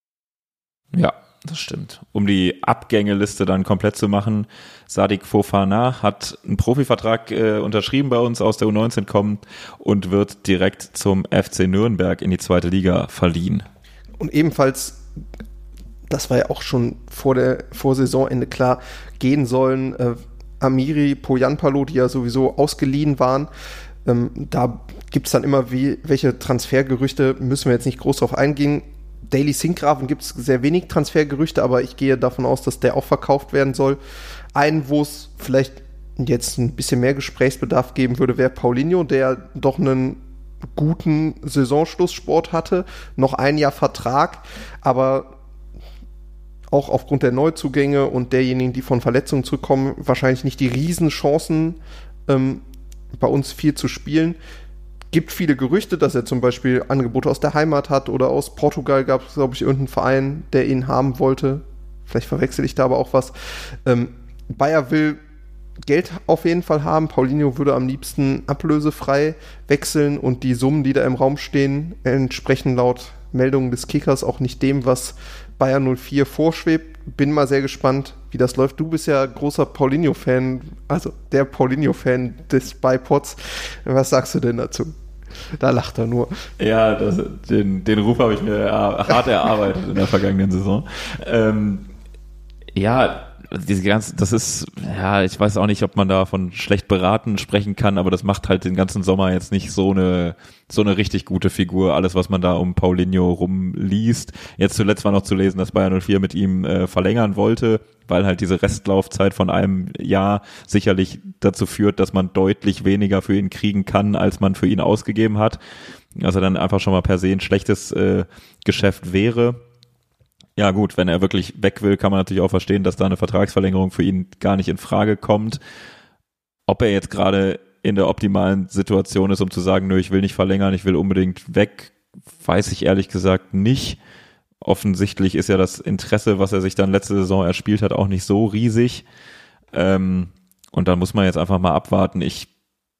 Speaker 1: Ja, das stimmt. Um die Abgängeliste dann komplett zu machen, Sadik Fofana hat einen Profivertrag äh, unterschrieben bei uns, aus der U neunzehn kommt und wird direkt zum F C Nürnberg in die zweite Liga verliehen. Und
Speaker 2: ebenfalls, das war ja auch schon vor der vor Saisonende klar, gehen sollen äh, Amiri Poyanpalo, die ja sowieso ausgeliehen waren. Ähm, da gibt es dann immer wie, welche Transfergerüchte, müssen wir jetzt nicht groß drauf eingehen. Daily Sinkgraven gibt es sehr wenig Transfergerüchte, aber ich gehe davon aus, dass der auch verkauft werden soll. Einen, wo es vielleicht jetzt ein bisschen mehr Gesprächsbedarf geben würde, wäre Paulinho, der doch einen guten Saisonschlusssport hatte, noch ein Jahr Vertrag, aber auch aufgrund der Neuzugänge und derjenigen, die von Verletzungen zurückkommen, wahrscheinlich nicht die Riesenchancen, ähm, bei uns viel zu spielen. Gibt viele Gerüchte, dass er zum Beispiel Angebote aus der Heimat hat oder aus Portugal gab es, glaube ich, irgendeinen Verein, der ihn haben wollte. Vielleicht verwechsel ich da aber auch was. Ähm, Bayer will Geld auf jeden Fall haben. Paulinho würde am liebsten ablösefrei wechseln und die Summen, die da im Raum stehen, entsprechen laut Meldungen des Kickers auch nicht dem, was Bayer null vier vorschwebt. Bin mal sehr gespannt, wie das läuft. Du bist ja großer Paulinho-Fan, also der Paulinho-Fan des Bipods. Was sagst du denn dazu? Da lacht er nur.
Speaker 1: Ja, das, den, den Ruf habe ich mir hart erarbeitet in der vergangenen Saison. Ähm, ja, diese ganze, das ist, ja, ich weiß auch nicht, ob man da von schlecht beraten sprechen kann, aber das macht halt den ganzen Sommer jetzt nicht so eine, so eine richtig gute Figur. Alles, was man da um Paulinho rumliest. Jetzt zuletzt war noch zu lesen, dass Bayer null vier mit ihm äh, verlängern wollte, weil halt diese Restlaufzeit von einem Jahr sicherlich dazu führt, dass man deutlich weniger für ihn kriegen kann, als man für ihn ausgegeben hat. Also dann einfach schon mal per se ein schlechtes äh, Geschäft wäre. Ja gut, wenn er wirklich weg will, kann man natürlich auch verstehen, dass da eine Vertragsverlängerung für ihn gar nicht in Frage kommt. Ob er jetzt gerade in der optimalen Situation ist, um zu sagen, nö, ich will nicht verlängern, ich will unbedingt weg, weiß ich ehrlich gesagt nicht. Offensichtlich ist ja das Interesse, was er sich dann letzte Saison erspielt hat, auch nicht so riesig. Ähm, und da muss man jetzt einfach mal abwarten. Ich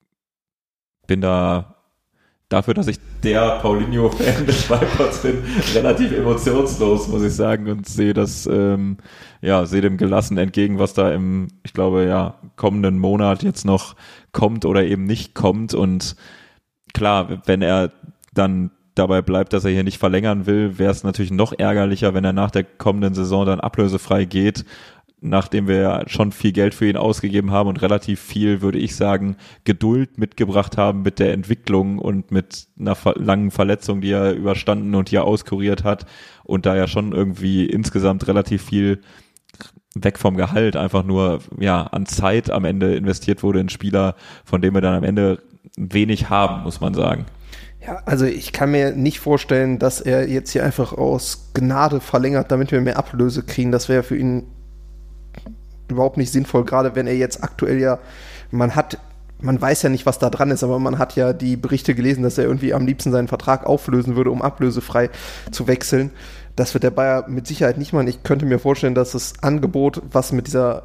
Speaker 1: bin da dafür, dass ich der Paulinho-Fan des Bipods bin, relativ emotionslos, muss ich sagen, und sehe das, ähm, ja, sehe dem gelassen entgegen, was da im, ich glaube, ja, kommenden Monat jetzt noch kommt oder eben nicht kommt. Und klar, wenn er dann dabei bleibt, dass er hier nicht verlängern will, wäre es natürlich noch ärgerlicher, wenn er nach der kommenden Saison dann ablösefrei geht, nachdem wir ja schon viel Geld für ihn ausgegeben haben und relativ viel, würde ich sagen, Geduld mitgebracht haben mit der Entwicklung und mit einer langen Verletzung, die er überstanden und hier auskuriert hat und da ja schon irgendwie insgesamt relativ viel weg vom Gehalt einfach nur ja an Zeit am Ende investiert wurde in Spieler, von denen wir dann am Ende wenig haben, muss man sagen.
Speaker 2: Ja, also ich kann mir nicht vorstellen, dass er jetzt hier einfach aus Gnade verlängert, damit wir mehr Ablöse kriegen. Das wäre für ihn überhaupt nicht sinnvoll, gerade wenn er jetzt aktuell ja, man hat, man weiß ja nicht, was da dran ist, aber man hat ja die Berichte gelesen, dass er irgendwie am liebsten seinen Vertrag auflösen würde, um ablösefrei zu wechseln. Das wird der Bayer mit Sicherheit nicht machen. Ich könnte mir vorstellen, dass das Angebot, was mit dieser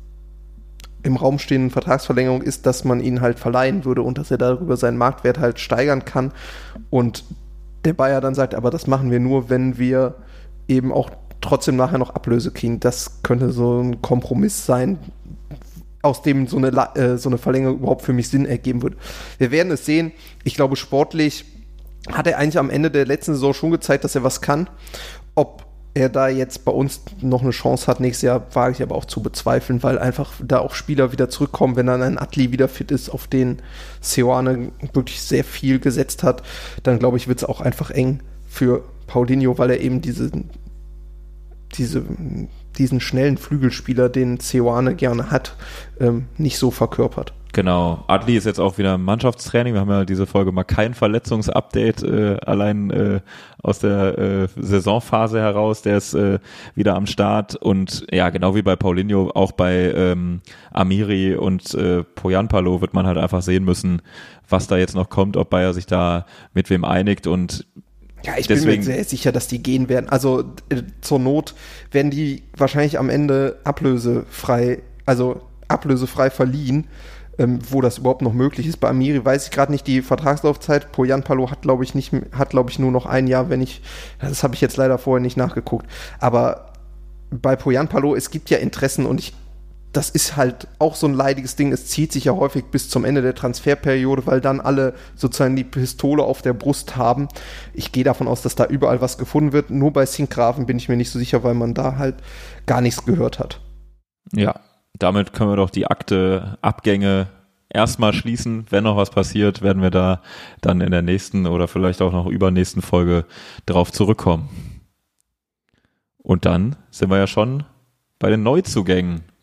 Speaker 2: im Raum stehenden Vertragsverlängerung ist, dass man ihn halt verleihen würde und dass er darüber seinen Marktwert halt steigern kann und der Bayer dann sagt, aber das machen wir nur, wenn wir eben auch trotzdem nachher noch Ablöse kriegen. Das könnte so ein Kompromiss sein, aus dem so eine, äh, so eine Verlängerung überhaupt für mich Sinn ergeben würde. Wir werden es sehen. Ich glaube, sportlich hat er eigentlich am Ende der letzten Saison schon gezeigt, dass er was kann. Ob er da jetzt bei uns noch eine Chance hat nächstes Jahr, wage ich aber auch zu bezweifeln, weil einfach da auch Spieler wieder zurückkommen, wenn dann ein Atli wieder fit ist, auf den Seoane wirklich sehr viel gesetzt hat, dann glaube ich, wird es auch einfach eng für Paulinho, weil er eben diese diese, diesen schnellen Flügelspieler, den Seoane gerne hat, ähm, nicht so verkörpert.
Speaker 1: Genau. Adli ist jetzt auch wieder im Mannschaftstraining. Wir haben ja diese Folge mal kein Verletzungsupdate, äh, allein äh, aus der äh, Saisonphase heraus. Der ist äh, wieder am Start und ja, genau wie bei Paulinho, auch bei ähm, Amiri und äh, Poyanpalo wird man halt einfach sehen müssen, was da jetzt noch kommt, ob Bayer sich da mit wem einigt und
Speaker 2: ja, ich
Speaker 1: deswegen,
Speaker 2: bin mir sehr sicher, dass die gehen werden. Also äh, zur Not werden die wahrscheinlich am Ende ablösefrei, also ablösefrei verliehen, ähm, wo das überhaupt noch möglich ist. Bei Amiri weiß ich gerade nicht die Vertragslaufzeit. Poyanpalo hat, glaube ich, nicht, hat, glaube ich, nur noch ein Jahr, wenn ich, das habe ich jetzt leider vorher nicht nachgeguckt. Aber bei Poyanpalo, es gibt ja Interessen und ich das ist halt auch so ein leidiges Ding. Es zieht sich ja häufig bis zum Ende der Transferperiode, weil dann alle sozusagen die Pistole auf der Brust haben. Ich gehe davon aus, dass da überall was gefunden wird. Nur bei Sinkgraven bin ich mir nicht so sicher, weil man da halt gar nichts gehört hat.
Speaker 1: Ja, damit können wir doch die Akte Abgänge erstmal schließen. Wenn noch was passiert, werden wir da dann in der nächsten oder vielleicht auch noch übernächsten Folge drauf zurückkommen. Und dann sind wir ja schon bei den Neuzugängen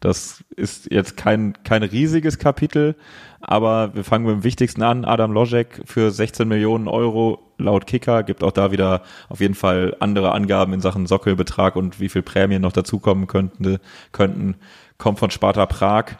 Speaker 1: Das ist jetzt kein, kein riesiges Kapitel, aber wir fangen mit dem Wichtigsten an. Adam Lojek für sechzehn Millionen Euro laut Kicker, gibt auch da wieder auf jeden Fall andere Angaben in Sachen Sockelbetrag und wie viel Prämien noch dazukommen könnten, könnten, kommt von Sparta Prag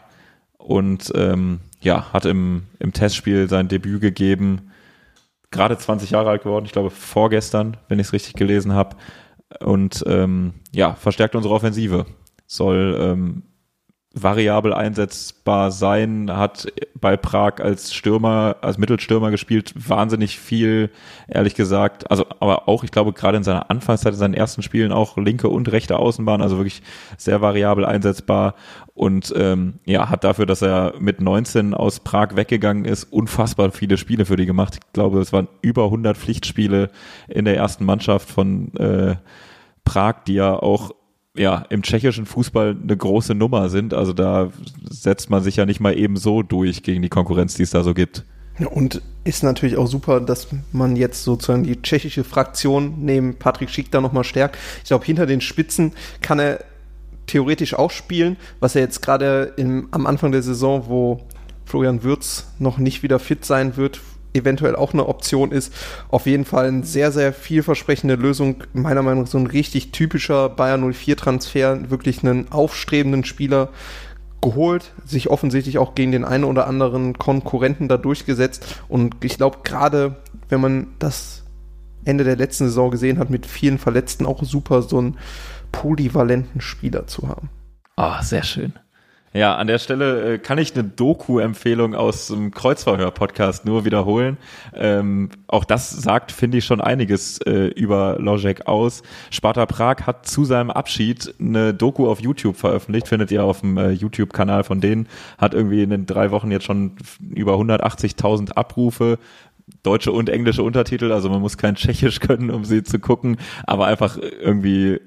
Speaker 1: und ähm, ja, hat im, im Testspiel sein Debüt gegeben, gerade zwanzig Jahre alt geworden, ich glaube vorgestern, wenn ich es richtig gelesen habe, und ähm, ja, verstärkt unsere Offensive, soll ähm, variabel einsetzbar sein, hat bei Prag als Stürmer, als Mittelstürmer gespielt, wahnsinnig viel, ehrlich gesagt, also aber auch, ich glaube, gerade in seiner Anfangszeit, in seinen ersten Spielen auch linke und rechte Außenbahn, also wirklich sehr variabel einsetzbar und ähm, ja, hat dafür, dass er mit neunzehn aus Prag weggegangen ist, unfassbar viele Spiele für die gemacht. Ich glaube, es waren über hundert Pflichtspiele in der ersten Mannschaft von äh, Prag, die ja auch ja, im tschechischen Fußball eine große Nummer sind. Also da setzt man sich ja nicht mal eben so durch gegen die Konkurrenz, die es da so gibt.
Speaker 2: Ja, und ist natürlich auch super, dass man jetzt sozusagen die tschechische Fraktion neben Patrik Schick da nochmal stärkt. Ich glaube, hinter den Spitzen kann er theoretisch auch spielen, was er jetzt gerade am Anfang der Saison, wo Florian Wirtz noch nicht wieder fit sein wird, eventuell auch eine Option ist. Auf jeden Fall eine sehr, sehr vielversprechende Lösung. Meiner Meinung nach so ein richtig typischer Bayer null vier Transfer, wirklich einen aufstrebenden Spieler geholt, sich offensichtlich auch gegen den einen oder anderen Konkurrenten da durchgesetzt. Und ich glaube, gerade wenn man das Ende der letzten Saison gesehen hat, mit vielen Verletzten auch super, so einen polyvalenten Spieler zu haben.
Speaker 1: Ah, oh, sehr schön. Ja, an der Stelle äh, kann ich eine Doku-Empfehlung aus dem Kreuzverhör-Podcast nur wiederholen. Ähm, auch das sagt, finde ich, schon einiges äh, über Lojek aus. Sparta Prag hat zu seinem Abschied eine Doku auf YouTube veröffentlicht, findet ihr auf dem äh, YouTube-Kanal von denen, hat irgendwie in den drei Wochen jetzt schon über hundertachtzigtausend Abrufe, deutsche und englische Untertitel, also man muss kein Tschechisch können, um sie zu gucken, aber einfach irgendwie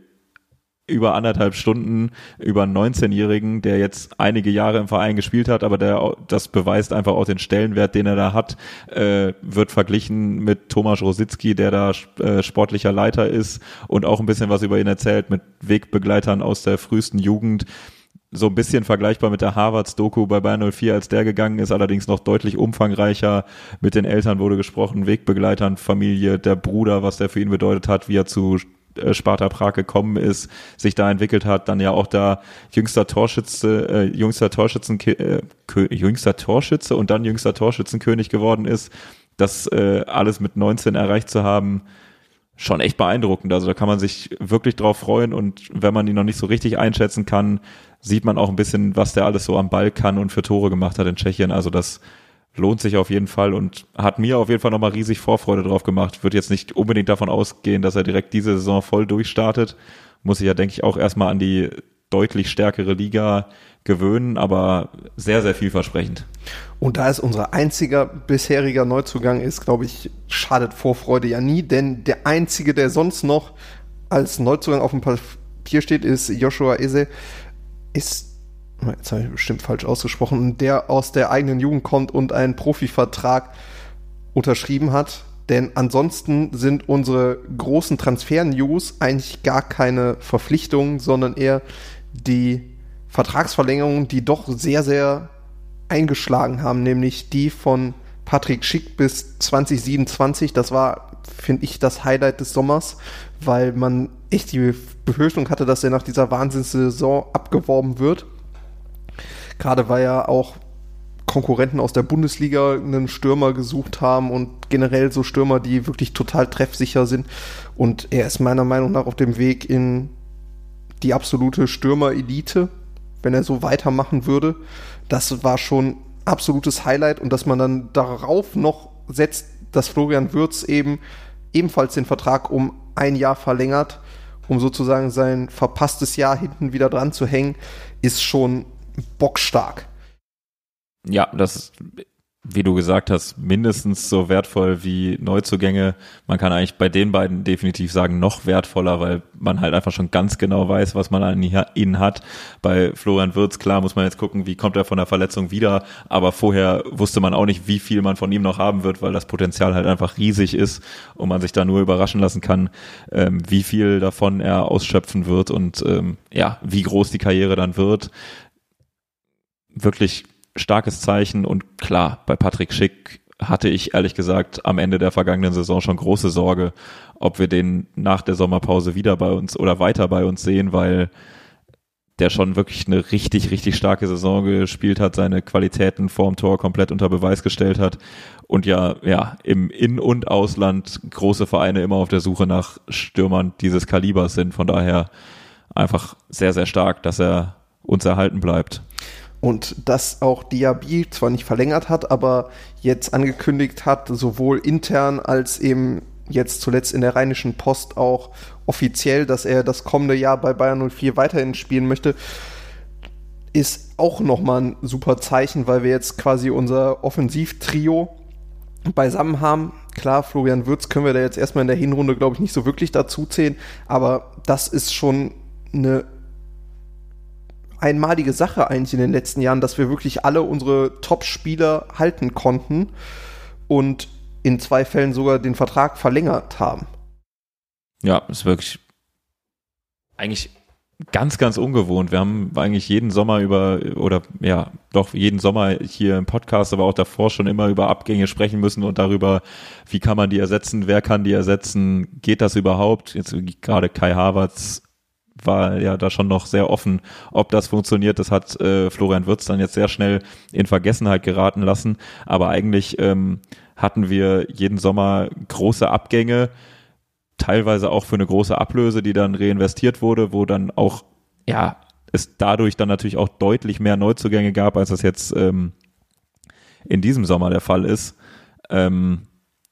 Speaker 1: über anderthalb Stunden über einen neunzehnjährigen, der jetzt einige Jahre im Verein gespielt hat, aber der das beweist einfach auch den Stellenwert, den er da hat, äh, wird verglichen mit Tomasz Rositzky, der da äh, sportlicher Leiter ist und auch ein bisschen was über ihn erzählt, mit Wegbegleitern aus der frühesten Jugend. So ein bisschen vergleichbar mit der Harvards-Doku bei Bayer null vier, als der gegangen ist, allerdings noch deutlich umfangreicher. Mit den Eltern wurde gesprochen, Wegbegleitern, Familie, der Bruder, was der für ihn bedeutet hat, wie er zu Sparta Prag gekommen ist, sich da entwickelt hat, dann ja auch da jüngster Torschütze, äh, jüngster Torschützen, äh, jüngster Torschütze und dann jüngster Torschützenkönig geworden ist. Das äh, alles mit neunzehn erreicht zu haben, schon echt beeindruckend. Also da kann man sich wirklich drauf freuen und wenn man ihn noch nicht so richtig einschätzen kann, sieht man auch ein bisschen, was der alles so am Ball kann und für Tore gemacht hat in Tschechien. Also das lohnt sich auf jeden Fall und hat mir auf jeden Fall nochmal riesig Vorfreude drauf gemacht. Würde jetzt nicht unbedingt davon ausgehen, dass er direkt diese Saison voll durchstartet. Muss sich ja, denke ich, auch erstmal an die deutlich stärkere Liga gewöhnen, aber sehr, sehr vielversprechend.
Speaker 2: Und da es unser einziger bisheriger Neuzugang ist, glaube ich, schadet Vorfreude ja nie, denn der einzige, der sonst noch als Neuzugang auf dem Papier steht, ist Joshua Eze, ist jetzt habe ich bestimmt falsch ausgesprochen, der aus der eigenen Jugend kommt und einen Profivertrag unterschrieben hat. Denn ansonsten sind unsere großen Transfer-News eigentlich gar keine Verpflichtungen, sondern eher die Vertragsverlängerungen, die doch sehr, sehr eingeschlagen haben, nämlich die von Patrik Schick bis zwanzig siebenundzwanzig. Das war, finde ich, das Highlight des Sommers, weil man echt die Befürchtung hatte, dass er nach dieser Wahnsinnssaison abgeworben wird. Gerade weil ja auch Konkurrenten aus der Bundesliga einen Stürmer gesucht haben und generell so Stürmer, die wirklich total treffsicher sind. Und er ist meiner Meinung nach auf dem Weg in die absolute Stürmer-Elite, wenn er so weitermachen würde. Das war schon absolutes Highlight und dass man dann darauf noch setzt, dass Florian Wirtz eben ebenfalls den Vertrag um ein Jahr verlängert, um sozusagen sein verpasstes Jahr hinten wieder dran zu hängen, ist schon bockstark.
Speaker 1: Ja, das ist, wie du gesagt hast, mindestens so wertvoll wie Neuzugänge. Man kann eigentlich bei den beiden definitiv sagen, noch wertvoller, weil man halt einfach schon ganz genau weiß, was man an ihnen hat. Bei Florian Wirtz, klar, muss man jetzt gucken, wie kommt er von der Verletzung wieder, aber vorher wusste man auch nicht, wie viel man von ihm noch haben wird, weil das Potenzial halt einfach riesig ist und man sich da nur überraschen lassen kann, ähm, wie viel davon er ausschöpfen wird und ähm, ja, wie groß die Karriere dann wird. wirklich starkes Zeichen und klar, bei Patrick Schick hatte ich ehrlich gesagt am Ende der vergangenen Saison schon große Sorge, ob wir den nach der Sommerpause wieder bei uns oder weiter bei uns sehen, weil der schon wirklich eine richtig, richtig starke Saison gespielt hat, seine Qualitäten vorm Tor komplett unter Beweis gestellt hat und ja, ja, im In- und Ausland große Vereine immer auf der Suche nach Stürmern dieses Kalibers sind. Von daher einfach sehr, sehr stark, dass er uns erhalten bleibt.
Speaker 2: Und dass auch Diaby zwar nicht verlängert hat, aber jetzt angekündigt hat, sowohl intern als eben jetzt zuletzt in der Rheinischen Post auch offiziell, dass er das kommende Jahr bei Bayer null vier weiterhin spielen möchte, ist auch nochmal ein super Zeichen, weil wir jetzt quasi unser Offensivtrio beisammen haben. Klar, Florian Wirtz können wir da jetzt erstmal in der Hinrunde, glaube ich, nicht so wirklich dazu zählen, aber das ist schon eine einmalige Sache eigentlich in den letzten Jahren, dass wir wirklich alle unsere Top-Spieler halten konnten und in zwei Fällen sogar den Vertrag verlängert haben.
Speaker 1: Ja, ist wirklich eigentlich ganz, ganz ungewohnt. Wir haben eigentlich jeden Sommer über, oder ja, doch jeden Sommer hier im Podcast, aber auch davor schon immer über Abgänge sprechen müssen und darüber, wie kann man die ersetzen, wer kann die ersetzen, geht das überhaupt? Jetzt gerade Kai Havertz war ja da schon noch sehr offen, ob das funktioniert. Das hat äh, Florian Wirtz dann jetzt sehr schnell in Vergessenheit geraten lassen. Aber eigentlich ähm, hatten wir jeden Sommer große Abgänge, teilweise auch für eine große Ablöse, die dann reinvestiert wurde, wo dann auch, ja, es dadurch dann natürlich auch deutlich mehr Neuzugänge gab, als das jetzt ähm, in diesem Sommer der Fall ist. Ähm,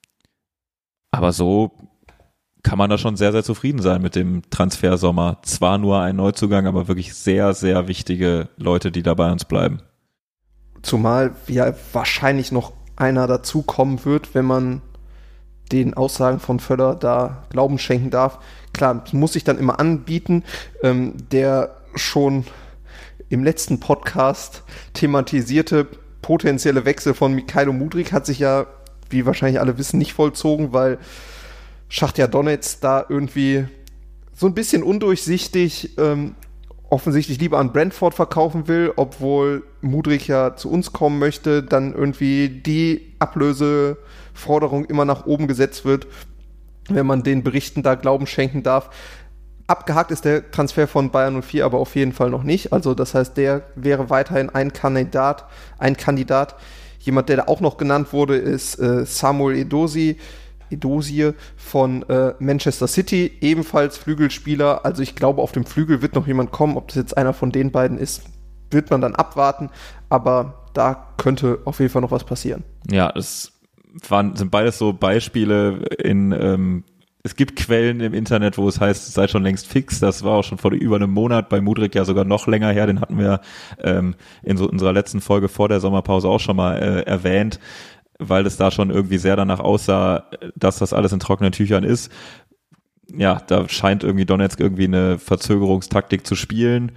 Speaker 1: aber so kann man da schon sehr, sehr zufrieden sein mit dem Transfersommer. Zwar nur ein Neuzugang, aber wirklich sehr, sehr wichtige Leute, die da bei uns bleiben.
Speaker 2: Zumal ja wahrscheinlich noch einer dazukommen wird, wenn man den Aussagen von Völler da Glauben schenken darf. Klar, das muss ich dann immer anbieten. Ähm, der schon im letzten Podcast thematisierte potenzielle Wechsel von Mykhailo Mudryk hat sich ja, wie wahrscheinlich alle wissen, nicht vollzogen, weil Schachtar Donetsk da irgendwie so ein bisschen undurchsichtig ähm, offensichtlich lieber an Brentford verkaufen will, obwohl Mudryk ja zu uns kommen möchte, dann irgendwie die Ablöseforderung immer nach oben gesetzt wird, wenn man den Berichten da Glauben schenken darf. Abgehakt ist der Transfer von Bayer null vier aber auf jeden Fall noch nicht. Also das heißt, der wäre weiterhin ein Kandidat, ein Kandidat. Jemand, der da auch noch genannt wurde, ist äh, Samuel Edozie, Edozie von äh, Manchester City, ebenfalls Flügelspieler. Also ich glaube, auf dem Flügel wird noch jemand kommen. Ob das jetzt einer von den beiden ist, wird man dann abwarten. Aber da könnte auf jeden Fall noch was passieren.
Speaker 1: Ja, es waren, sind beides so Beispiele in, ähm, es gibt Quellen im Internet, wo es heißt, es sei schon längst fix. Das war auch schon vor über einem Monat, bei Mudryk ja sogar noch länger her. Den hatten wir ähm, in so unserer letzten Folge vor der Sommerpause auch schon mal äh, erwähnt, weil es da schon irgendwie sehr danach aussah, dass das alles in trockenen Tüchern ist. Ja, da scheint irgendwie Donetsk irgendwie eine Verzögerungstaktik zu spielen.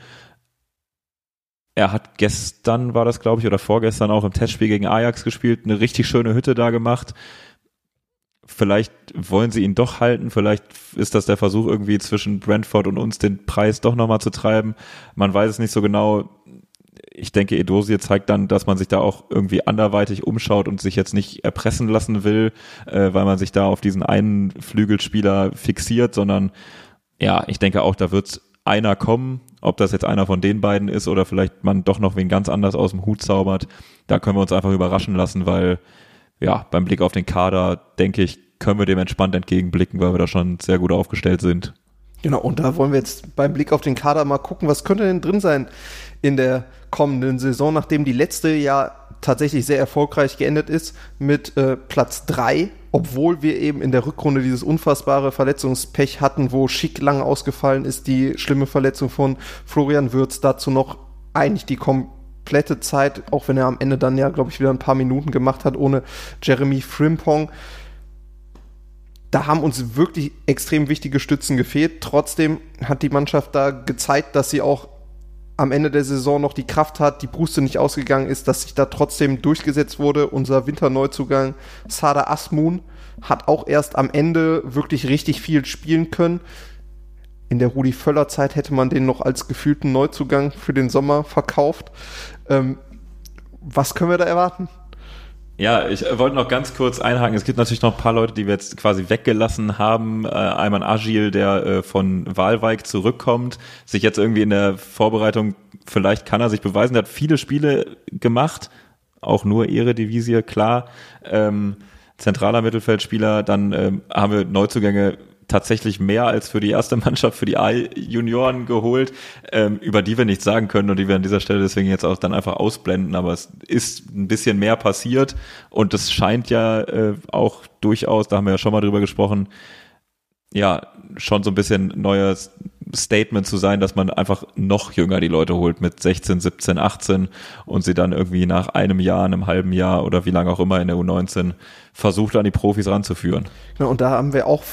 Speaker 1: Er hat gestern, war das glaube ich, oder vorgestern auch im Testspiel gegen Ajax gespielt, eine richtig schöne Hütte da gemacht. Vielleicht wollen sie ihn doch halten, vielleicht ist das der Versuch irgendwie zwischen Brentford und uns den Preis doch nochmal zu treiben. Man weiß es nicht so genau. Ich denke, Edozie zeigt dann, dass man sich da auch irgendwie anderweitig umschaut und sich jetzt nicht erpressen lassen will, äh, weil man sich da auf diesen einen Flügelspieler fixiert, sondern ja, ich denke auch, da wird einer kommen, ob das jetzt einer von den beiden ist oder vielleicht man doch noch wen ganz anders aus dem Hut zaubert. Da können wir uns einfach überraschen lassen, weil ja, beim Blick auf den Kader, denke ich, können wir dem entspannt entgegenblicken, weil wir da schon sehr gut aufgestellt sind.
Speaker 2: Genau, und da wollen wir jetzt beim Blick auf den Kader mal gucken, was könnte denn drin sein in der kommenden Saison, nachdem die letzte ja tatsächlich sehr erfolgreich geendet ist mit äh, Platz drei, obwohl wir eben in der Rückrunde dieses unfassbare Verletzungspech hatten, wo Schick lang ausgefallen ist, die schlimme Verletzung von Florian Wirtz, dazu noch eigentlich die komplette Zeit, auch wenn er am Ende dann ja, glaube ich, wieder ein paar Minuten gemacht hat, ohne Jeremy Frimpong. Da haben uns wirklich extrem wichtige Stützen gefehlt. Trotzdem hat die Mannschaft da gezeigt, dass sie auch am Ende der Saison noch die Kraft hat, die Bruste nicht ausgegangen ist, dass sich da trotzdem durchgesetzt wurde. Unser Winterneuzugang Sada Asmun hat auch erst am Ende wirklich richtig viel spielen können. In der Rudi Völler Zeit hätte man den noch als gefühlten Neuzugang für den Sommer verkauft. Ähm, was können wir da erwarten?
Speaker 1: Ja, ich äh, wollte noch ganz kurz einhaken. Es gibt natürlich noch ein paar Leute, die wir jetzt quasi weggelassen haben. Äh, Ayman Agil, der äh, von Waalwijk zurückkommt, sich jetzt irgendwie in der Vorbereitung, vielleicht kann er sich beweisen, der hat viele Spiele gemacht, auch nur Eredivisie, klar. Ähm, zentraler Mittelfeldspieler, dann ähm, haben wir Neuzugänge tatsächlich mehr als für die erste Mannschaft, für die A-Junioren geholt, ähm, über die wir nichts sagen können und die wir an dieser Stelle deswegen jetzt auch dann einfach ausblenden, aber es ist ein bisschen mehr passiert und es scheint ja äh, auch durchaus, da haben wir ja schon mal drüber gesprochen, ja, schon so ein bisschen neues Statement zu sein, dass man einfach noch jünger die Leute holt mit sechzehn, siebzehn, achtzehn und sie dann irgendwie nach einem Jahr, einem halben Jahr oder wie lange auch immer in der U neunzehn versucht, an die Profis ranzuführen.
Speaker 2: Genau, und da haben wir auch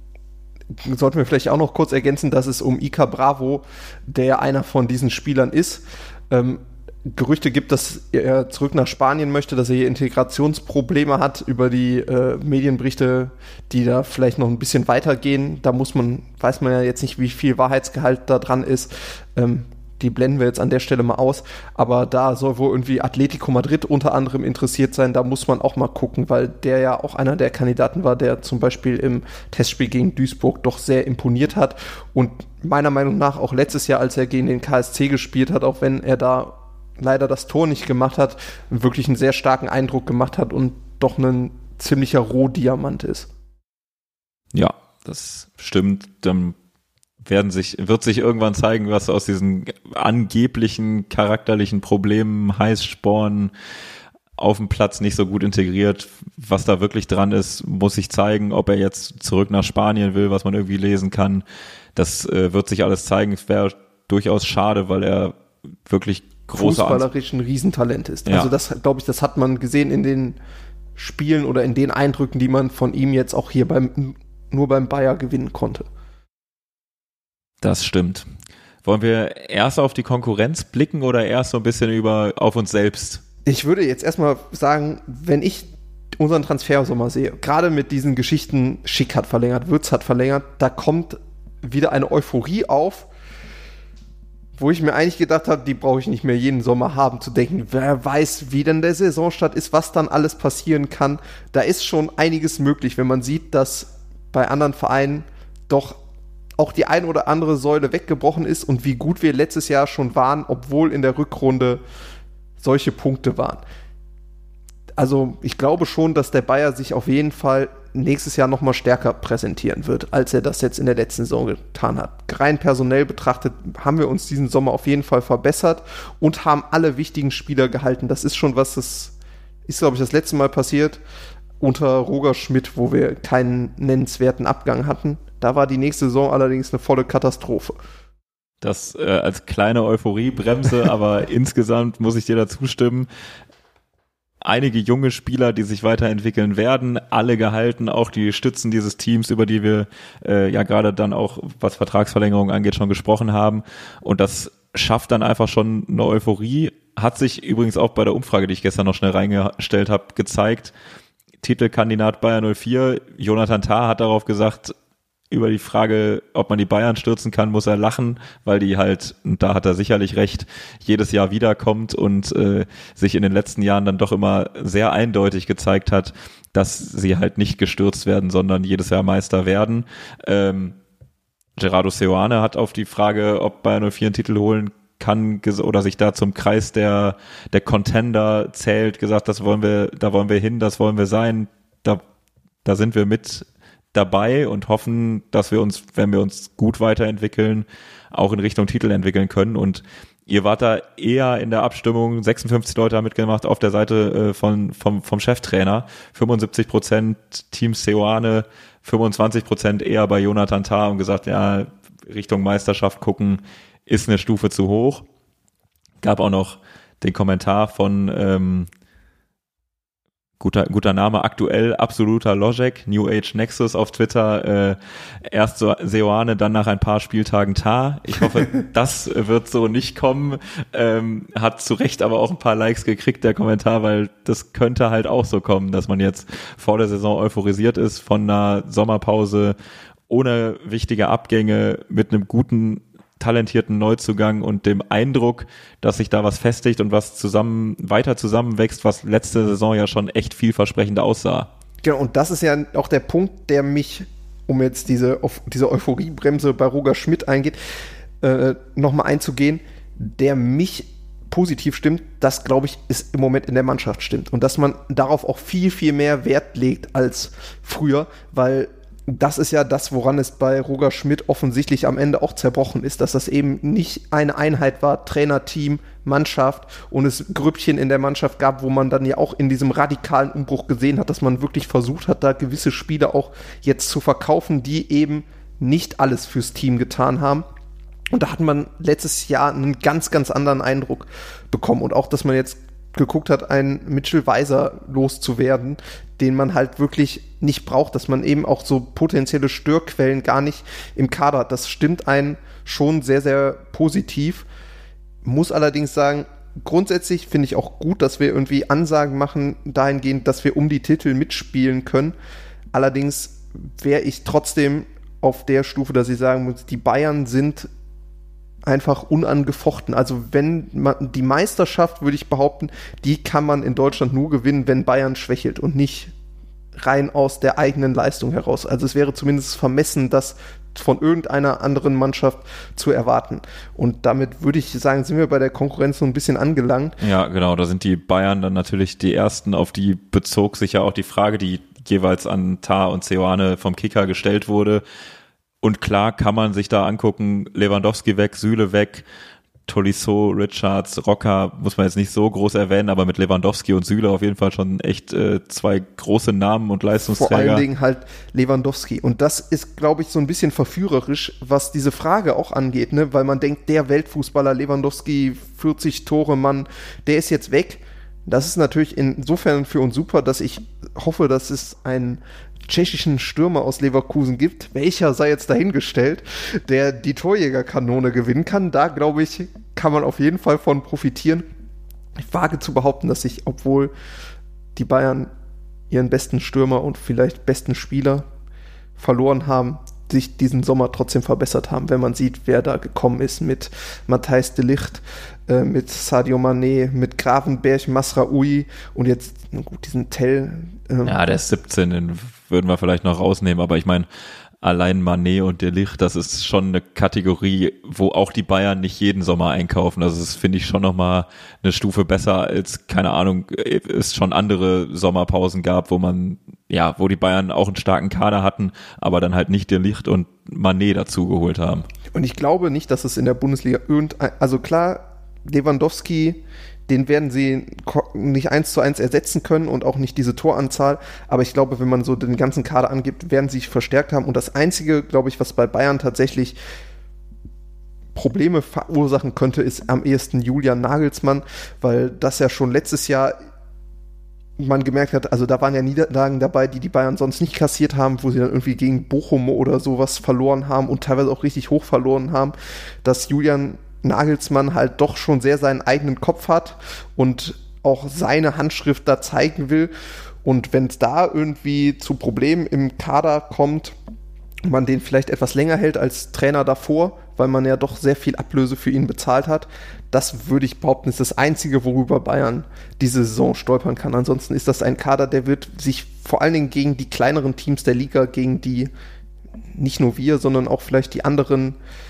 Speaker 2: sollten wir vielleicht auch noch kurz ergänzen, dass es um Ika Bravo, der einer von diesen Spielern ist, ähm, Gerüchte gibt, dass er zurück nach Spanien möchte, dass er hier Integrationsprobleme hat über die äh, Medienberichte, die da vielleicht noch ein bisschen weitergehen. Da muss man, weiß man ja jetzt nicht, wie viel Wahrheitsgehalt da dran ist. Ähm, die blenden wir jetzt an der Stelle mal aus. Aber da soll wohl irgendwie Atletico Madrid unter anderem interessiert sein. Da muss man auch mal gucken, weil der ja auch einer der Kandidaten war, der zum Beispiel im Testspiel gegen Duisburg doch sehr imponiert hat. Und meiner Meinung nach auch letztes Jahr, als er gegen den K S C gespielt hat, auch wenn er da leider das Tor nicht gemacht hat, wirklich einen sehr starken Eindruck gemacht hat und doch ein ziemlicher Rohdiamant ist.
Speaker 1: Ja, das stimmt. Dann werden sich, wird sich irgendwann zeigen, was aus diesen angeblichen charakterlichen Problemen, Heißsporn, auf dem Platz nicht so gut integriert, was da wirklich dran ist, muss sich zeigen, ob er jetzt zurück nach Spanien will, was man irgendwie lesen kann. Das äh, wird sich alles zeigen. Es wäre durchaus schade, weil er wirklich großer
Speaker 2: fußballerisch ein Riesentalent ist.
Speaker 1: Ja.
Speaker 2: Also das, glaube ich, das hat man gesehen in den Spielen oder in den Eindrücken, die man von ihm jetzt auch hier beim nur beim Bayer gewinnen konnte.
Speaker 1: Das stimmt. Wollen wir erst auf die Konkurrenz blicken oder erst so ein bisschen über auf uns selbst?
Speaker 2: Ich würde jetzt erstmal sagen, wenn ich unseren Transfersommer sehe, gerade mit diesen Geschichten, Schick hat verlängert, Würz hat verlängert, da kommt wieder eine Euphorie auf, wo ich mir eigentlich gedacht habe, die brauche ich nicht mehr jeden Sommer haben, zu denken, wer weiß, wie denn der Saisonstart ist, was dann alles passieren kann. Da ist schon einiges möglich, wenn man sieht, dass bei anderen Vereinen doch auch die ein oder andere Säule weggebrochen ist und wie gut wir letztes Jahr schon waren, obwohl in der Rückrunde solche Punkte waren. Also ich glaube schon, dass der Bayer sich auf jeden Fall nächstes Jahr nochmal stärker präsentieren wird, als er das jetzt in der letzten Saison getan hat. Rein personell betrachtet haben wir uns diesen Sommer auf jeden Fall verbessert und haben alle wichtigen Spieler gehalten. Das ist schon was, das ist, glaube ich, das letzte Mal passiert unter Roger Schmidt, wo wir keinen nennenswerten Abgang hatten. Da war die nächste Saison allerdings eine volle Katastrophe.
Speaker 1: Das äh, als kleine Euphoriebremse, aber insgesamt muss ich dir dazu stimmen. Einige junge Spieler, die sich weiterentwickeln werden, alle gehalten, auch die Stützen dieses Teams, über die wir äh, ja gerade dann auch, was Vertragsverlängerung angeht, schon gesprochen haben. Und das schafft dann einfach schon eine Euphorie. Hat sich übrigens auch bei der Umfrage, die ich gestern noch schnell reingestellt habe, gezeigt. Titelkandidat Bayer null vier, Jonathan Tah hat darauf gesagt, über die Frage, ob man die Bayern stürzen kann, muss er lachen, weil die halt, und da hat er sicherlich recht, jedes Jahr wiederkommt und äh, sich in den letzten Jahren dann doch immer sehr eindeutig gezeigt hat, dass sie halt nicht gestürzt werden, sondern jedes Jahr Meister werden. Ähm, Gerardo Seoane hat auf die Frage, ob Bayer null vier einen Titel holen kann oder sich da zum Kreis der der Contender zählt, gesagt, das wollen wir, da wollen wir hin, das wollen wir sein, da da sind wir mit dabei und hoffen, dass wir uns, wenn wir uns gut weiterentwickeln, auch in Richtung Titel entwickeln können. Und ihr wart da eher in der Abstimmung, sechsundfünfzig Leute haben mitgemacht auf der Seite äh, von vom vom Cheftrainer, fünfundsiebzig Prozent Team Seoane, fünfundzwanzig Prozent eher bei Jonathan Tah und gesagt, ja, Richtung Meisterschaft gucken, ist eine Stufe zu hoch. Gab auch noch den Kommentar von ähm, Guter, guter Name, aktuell absoluter Logic, New Age Nexus auf Twitter, äh, erst so Seoane, dann nach ein paar Spieltagen Tah. Ich hoffe, das wird so nicht kommen. Ähm, hat zu Recht aber auch ein paar Likes gekriegt, der Kommentar, weil das könnte halt auch so kommen, dass man jetzt vor der Saison euphorisiert ist von einer Sommerpause ohne wichtige Abgänge mit einem guten talentierten Neuzugang und dem Eindruck, dass sich da was festigt und was zusammen weiter zusammenwächst, was letzte Saison ja schon echt vielversprechend aussah.
Speaker 2: Genau, und das ist ja auch der Punkt, der mich, um jetzt diese, diese Euphoriebremse bei Roger Schmidt eingeht, äh, nochmal einzugehen, der mich positiv stimmt, das, glaube ich, ist im Moment in der Mannschaft stimmt. Und dass man darauf auch viel, viel mehr Wert legt als früher, weil das ist ja das, woran es bei Roger Schmidt offensichtlich am Ende auch zerbrochen ist, dass das eben nicht eine Einheit war, Trainer, Team, Mannschaft und es Grüppchen in der Mannschaft gab, wo man dann ja auch in diesem radikalen Umbruch gesehen hat, dass man wirklich versucht hat, da gewisse Spieler auch jetzt zu verkaufen, die eben nicht alles fürs Team getan haben. Und da hat man letztes Jahr einen ganz, ganz anderen Eindruck bekommen. Und auch, dass man jetzt geguckt hat, einen Mitchell Weiser loszuwerden, den man halt wirklich nicht braucht, dass man eben auch so potenzielle Störquellen gar nicht im Kader hat. Das stimmt einen schon sehr, sehr positiv. Muss allerdings sagen, grundsätzlich finde ich auch gut, dass wir irgendwie Ansagen machen dahingehend, dass wir um die Titel mitspielen können. Allerdings wäre ich trotzdem auf der Stufe, dass ich sagen muss, die Bayern sind einfach unangefochten. Also wenn man die Meisterschaft, würde ich behaupten, die kann man in Deutschland nur gewinnen, wenn Bayern schwächelt und nicht rein aus der eigenen Leistung heraus. Also es wäre zumindest vermessen, das von irgendeiner anderen Mannschaft zu erwarten. Und damit würde ich sagen, sind wir bei der Konkurrenz so ein bisschen angelangt.
Speaker 1: Ja, genau, da sind die Bayern dann natürlich die Ersten, auf die bezog sich ja auch die Frage, die jeweils an Tah und Seoane vom Kicker gestellt wurde. Und klar kann man sich da angucken, Lewandowski weg, Süle weg, Tolisso, Richards, Rocker, muss man jetzt nicht so groß erwähnen, aber mit Lewandowski und Süle auf jeden Fall schon echt äh, zwei große Namen und Leistungsträger.
Speaker 2: Vor allen Dingen halt Lewandowski. Und das ist, glaube ich, so ein bisschen verführerisch, was diese Frage auch angeht, ne? Weil man denkt, der Weltfußballer Lewandowski, vierzig Tore Mann, der ist jetzt weg. Das ist natürlich insofern für uns super, dass ich hoffe, dass es einen tschechischen Stürmer aus Leverkusen gibt, welcher sei jetzt dahingestellt, der die Torjägerkanone gewinnen kann. Da, glaube ich, kann man auf jeden Fall von profitieren. Ich wage zu behaupten, dass sich, obwohl die Bayern ihren besten Stürmer und vielleicht besten Spieler verloren haben, sich diesen Sommer trotzdem verbessert haben, wenn man sieht, wer da gekommen ist mit Matthijs de Ligt, äh, mit Sadio Mané, mit Gravenberch, Mazraoui und jetzt gut, diesen Tell.
Speaker 1: Ähm. Ja, der ist siebzehn, den würden wir vielleicht noch rausnehmen, aber ich meine, allein Mané und de Ligt, das ist schon eine Kategorie, wo auch die Bayern nicht jeden Sommer einkaufen. Also das finde ich schon nochmal eine Stufe besser als, keine Ahnung, es schon andere Sommerpausen gab, wo man, ja, wo die Bayern auch einen starken Kader hatten, aber dann halt nicht de Ligt und Mané dazu geholt haben.
Speaker 2: Und ich glaube nicht, dass es in der Bundesliga irgendein, also klar, Lewandowski, den werden sie nicht eins zu eins ersetzen können und auch nicht diese Toranzahl, aber ich glaube, wenn man so den ganzen Kader angibt, werden sie sich verstärkt haben und das Einzige, glaube ich, was bei Bayern tatsächlich Probleme verursachen könnte, ist am ehesten Julian Nagelsmann, weil das ja schon letztes Jahr man gemerkt hat, also da waren ja Niederlagen dabei, die die Bayern sonst nicht kassiert haben, wo sie dann irgendwie gegen Bochum oder sowas verloren haben und teilweise auch richtig hoch verloren haben, dass Julian Nagelsmann halt doch schon sehr seinen eigenen Kopf hat und auch seine Handschrift da zeigen will. Und wenn es da irgendwie zu Problemen im Kader kommt, man den vielleicht etwas länger hält als Trainer davor, weil man ja doch sehr viel Ablöse für ihn bezahlt hat, das würde ich behaupten, ist das Einzige, worüber Bayern diese Saison stolpern kann. Ansonsten ist das ein Kader, der wird sich vor allen Dingen gegen die kleineren Teams der Liga, gegen die nicht nur wir, sondern auch vielleicht die anderen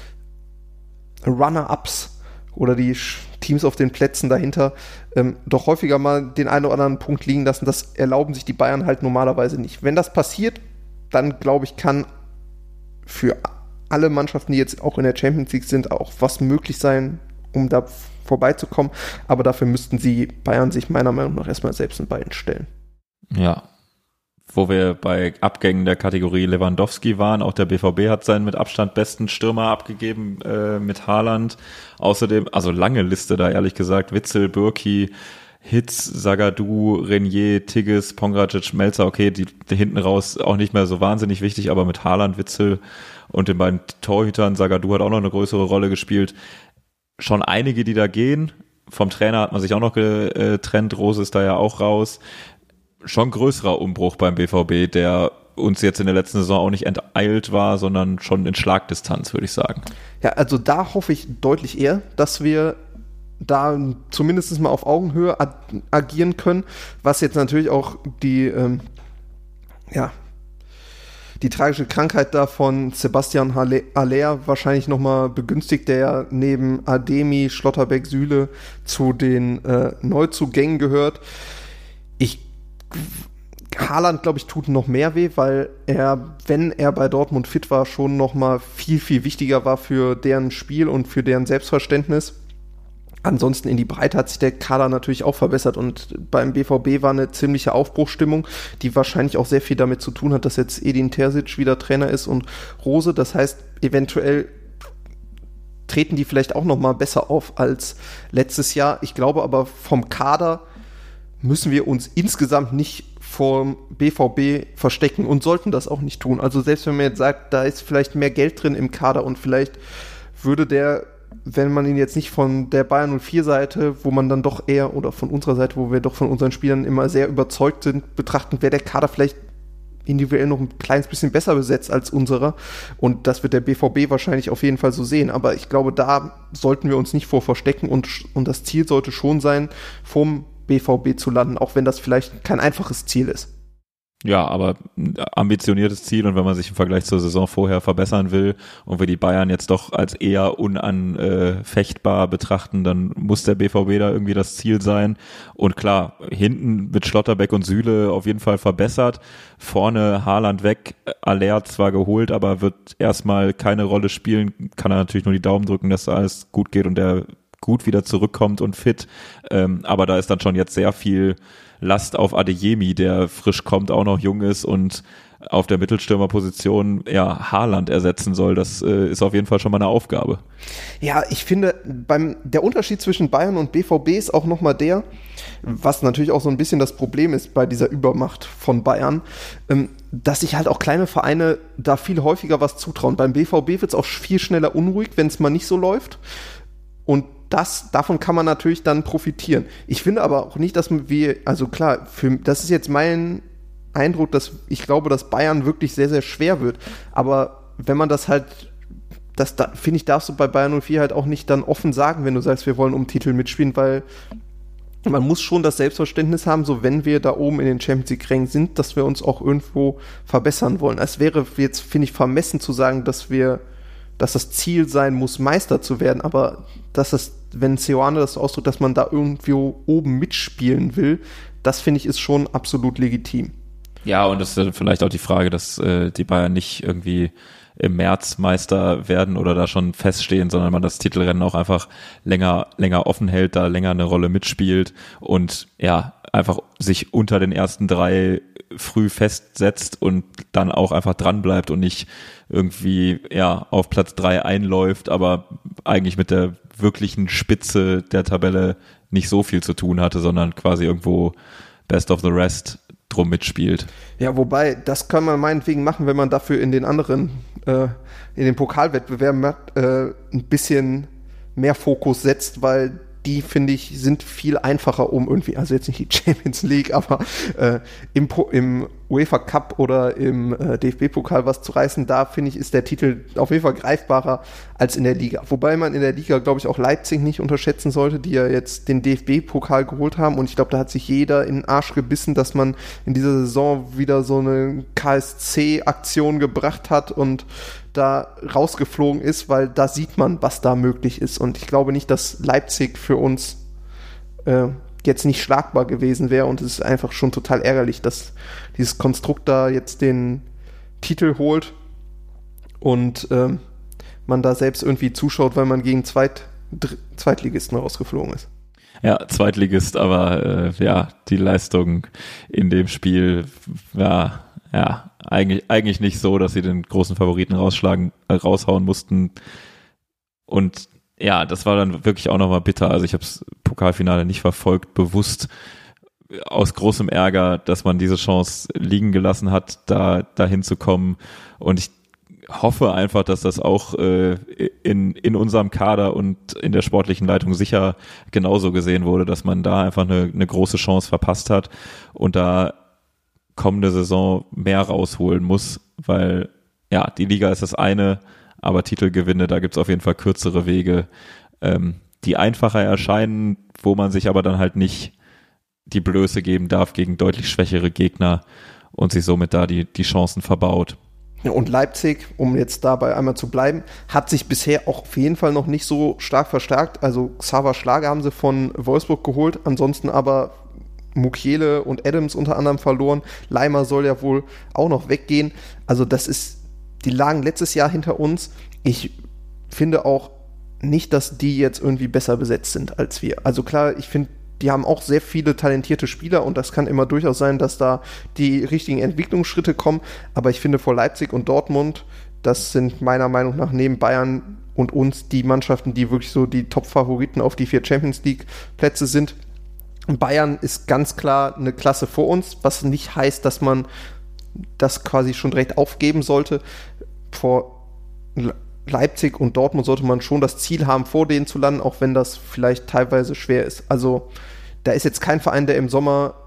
Speaker 2: Runner-Ups oder die Teams auf den Plätzen dahinter ähm, doch häufiger mal den einen oder anderen Punkt liegen lassen. Das erlauben sich die Bayern halt normalerweise nicht. Wenn das passiert, dann glaube ich, kann für alle Mannschaften, die jetzt auch in der Champions League sind, auch was möglich sein, um da vorbeizukommen. Aber dafür müssten sie Bayern sich meiner Meinung nach erstmal selbst ein Bein stellen.
Speaker 1: Ja. Wo wir bei Abgängen der Kategorie Lewandowski waren, auch der B V B hat seinen mit Abstand besten Stürmer abgegeben äh, mit Haaland. Außerdem, also lange Liste da ehrlich gesagt, Witzel, Bürki, Hitz, Zagadou, Renier, Tigges, Pongracic, Melzer, okay, die, die hinten raus auch nicht mehr so wahnsinnig wichtig, aber mit Haaland, Witzel und den beiden Torhütern, Zagadou hat auch noch eine größere Rolle gespielt. Schon einige, die da gehen. Vom Trainer hat man sich auch noch getrennt, Rose ist da ja auch raus. Schon größerer Umbruch beim B V B, der uns jetzt in der letzten Saison auch nicht enteilt war, sondern schon in Schlagdistanz, würde ich sagen.
Speaker 2: Ja, also da hoffe ich deutlich eher, dass wir da zumindest mal auf Augenhöhe ag- agieren können, was jetzt natürlich auch die, ähm, ja, die tragische Krankheit da von Sebastian Haller wahrscheinlich nochmal begünstigt, der ja neben Ademi, Schlotterbeck, Süle zu den äh, Neuzugängen gehört. Ich Haaland, glaube ich, tut noch mehr weh, weil er, wenn er bei Dortmund fit war, schon nochmal viel, viel wichtiger war für deren Spiel und für deren Selbstverständnis. Ansonsten in die Breite hat sich der Kader natürlich auch verbessert und beim B V B war eine ziemliche Aufbruchsstimmung, die wahrscheinlich auch sehr viel damit zu tun hat, dass jetzt Edin Terzic wieder Trainer ist und Rose. Das heißt, eventuell treten die vielleicht auch noch mal besser auf als letztes Jahr. Ich glaube aber, vom Kader müssen wir uns insgesamt nicht vom B V B verstecken und sollten das auch nicht tun. Also selbst wenn man jetzt sagt, da ist vielleicht mehr Geld drin im Kader und vielleicht würde der, wenn man ihn jetzt nicht von der Bayern null vier Seite, wo man dann doch eher, oder von unserer Seite, wo wir doch von unseren Spielern immer sehr überzeugt sind, betrachten, wäre der Kader vielleicht individuell noch ein kleines bisschen besser besetzt als unserer. Und das wird der B V B wahrscheinlich auf jeden Fall so sehen. Aber ich glaube, da sollten wir uns nicht vor verstecken und, und das Ziel sollte schon sein, vom B V B zu landen, auch wenn das vielleicht kein einfaches Ziel ist.
Speaker 1: Ja, aber ein ambitioniertes Ziel, und wenn man sich im Vergleich zur Saison vorher verbessern will und wir die Bayern jetzt doch als eher unanfechtbar betrachten, dann muss der B V B da irgendwie das Ziel sein. Und klar, hinten mit Schlotterbeck und Süle auf jeden Fall verbessert. Vorne Haaland weg, Aller zwar geholt, aber wird erstmal keine Rolle spielen. Kann er natürlich nur die Daumen drücken, dass alles gut geht und der gut wieder zurückkommt und fit. Ähm, aber da ist dann schon jetzt sehr viel Last auf Adeyemi, der frisch kommt, auch noch jung ist und auf der Mittelstürmerposition ja Haaland ersetzen soll. Das äh, ist auf jeden Fall schon mal eine Aufgabe.
Speaker 2: Ja, ich finde, beim der Unterschied zwischen Bayern und B V B ist auch nochmal der, was natürlich auch so ein bisschen das Problem ist bei dieser Übermacht von Bayern, ähm, dass sich halt auch kleine Vereine da viel häufiger was zutrauen. Beim B V B wird es auch viel schneller unruhig, wenn es mal nicht so läuft. Und das, davon kann man natürlich dann profitieren. Ich finde aber auch nicht, dass wir, also klar, für, das ist jetzt mein Eindruck, dass ich glaube, dass Bayern wirklich sehr, sehr schwer wird. Aber wenn man das halt, das da, finde ich, darfst du bei Bayern null vier halt auch nicht dann offen sagen, wenn du sagst, wir wollen um Titel mitspielen, weil man muss schon das Selbstverständnis haben, so wenn wir da oben in den Champions League-Rängen sind, dass wir uns auch irgendwo verbessern wollen. Es wäre jetzt, finde ich, vermessen zu sagen, dass wir dass das Ziel sein muss, Meister zu werden, aber dass das, wenn Seoane das so ausdrückt, dass man da irgendwo oben mitspielen will, das finde ich ist schon absolut legitim.
Speaker 1: Ja, und es ist vielleicht auch die Frage, dass äh, die Bayern nicht irgendwie im März Meister werden oder da schon feststehen, sondern man das Titelrennen auch einfach länger, länger offen hält, da länger eine Rolle mitspielt und ja, einfach sich unter den ersten drei früh festsetzt und dann auch einfach dran bleibt und nicht irgendwie ja auf Platz drei einläuft, aber eigentlich mit der wirklichen Spitze der Tabelle nicht so viel zu tun hatte, sondern quasi irgendwo Best of the Rest drum mitspielt.
Speaker 2: Ja, wobei, das kann man meinetwegen machen, wenn man dafür in den anderen, äh, in den Pokalwettbewerben äh, ein bisschen mehr Fokus setzt, weil die, finde ich, sind viel einfacher, um irgendwie, also jetzt nicht die Champions League, aber äh, im, im UEFA Cup oder im äh, D F B-Pokal was zu reißen. Da, finde ich, ist der Titel auf jeden Fall greifbarer als in der Liga. Wobei man in der Liga, glaube ich, auch Leipzig nicht unterschätzen sollte, die ja jetzt den D F B-Pokal geholt haben. Und ich glaube, da hat sich jeder in den Arsch gebissen, dass man in dieser Saison wieder so eine K S C-Aktion gebracht hat und da rausgeflogen ist, weil da sieht man, was da möglich ist. Und ich glaube nicht, dass Leipzig für uns äh, jetzt nicht schlagbar gewesen wäre. Und es ist einfach schon total ärgerlich, dass dieses Konstrukt da jetzt den Titel holt und ähm, man da selbst irgendwie zuschaut, weil man gegen Zweit, Dr- Zweitligisten rausgeflogen ist.
Speaker 1: Ja, Zweitligist, aber äh, ja, die Leistung in dem Spiel war ja eigentlich eigentlich nicht so, dass sie den großen Favoriten rausschlagen, äh, raushauen mussten. Und ja, das war dann wirklich auch nochmal bitter. Also ich habe das Pokalfinale nicht verfolgt, bewusst aus großem Ärger, dass man diese Chance liegen gelassen hat, da dahin zu kommen. Und ich hoffe einfach, dass das auch äh, in in unserem Kader und in der sportlichen Leitung sicher genauso gesehen wurde, dass man da einfach eine, eine große Chance verpasst hat und da kommende Saison mehr rausholen muss, weil ja, die Liga ist das eine, aber Titelgewinne, da gibt es auf jeden Fall kürzere Wege, ähm, die einfacher erscheinen, wo man sich aber dann halt nicht die Blöße geben darf gegen deutlich schwächere Gegner und sich somit da die, die Chancen verbaut.
Speaker 2: Und Leipzig, um jetzt dabei einmal zu bleiben, hat sich bisher auch auf jeden Fall noch nicht so stark verstärkt. Also Xaver Schlager haben sie von Wolfsburg geholt, ansonsten aber Mukiele und Adams unter anderem verloren. Leimer soll ja wohl auch noch weggehen. Also das ist, die lagen letztes Jahr hinter uns. Ich finde auch nicht, dass die jetzt irgendwie besser besetzt sind als wir. Also klar, ich finde, die haben auch sehr viele talentierte Spieler und das kann immer durchaus sein, dass da die richtigen Entwicklungsschritte kommen. Aber ich finde, vor Leipzig und Dortmund, das sind meiner Meinung nach neben Bayern und uns die Mannschaften, die wirklich so die Top-Favoriten auf die vier Champions-League-Plätze sind. Bayern ist ganz klar eine Klasse vor uns, was nicht heißt, dass man das quasi schon direkt aufgeben sollte. Vor Leipzig und Dortmund sollte man schon das Ziel haben, vor denen zu landen, auch wenn das vielleicht teilweise schwer ist. Also da ist jetzt kein Verein, der im Sommer,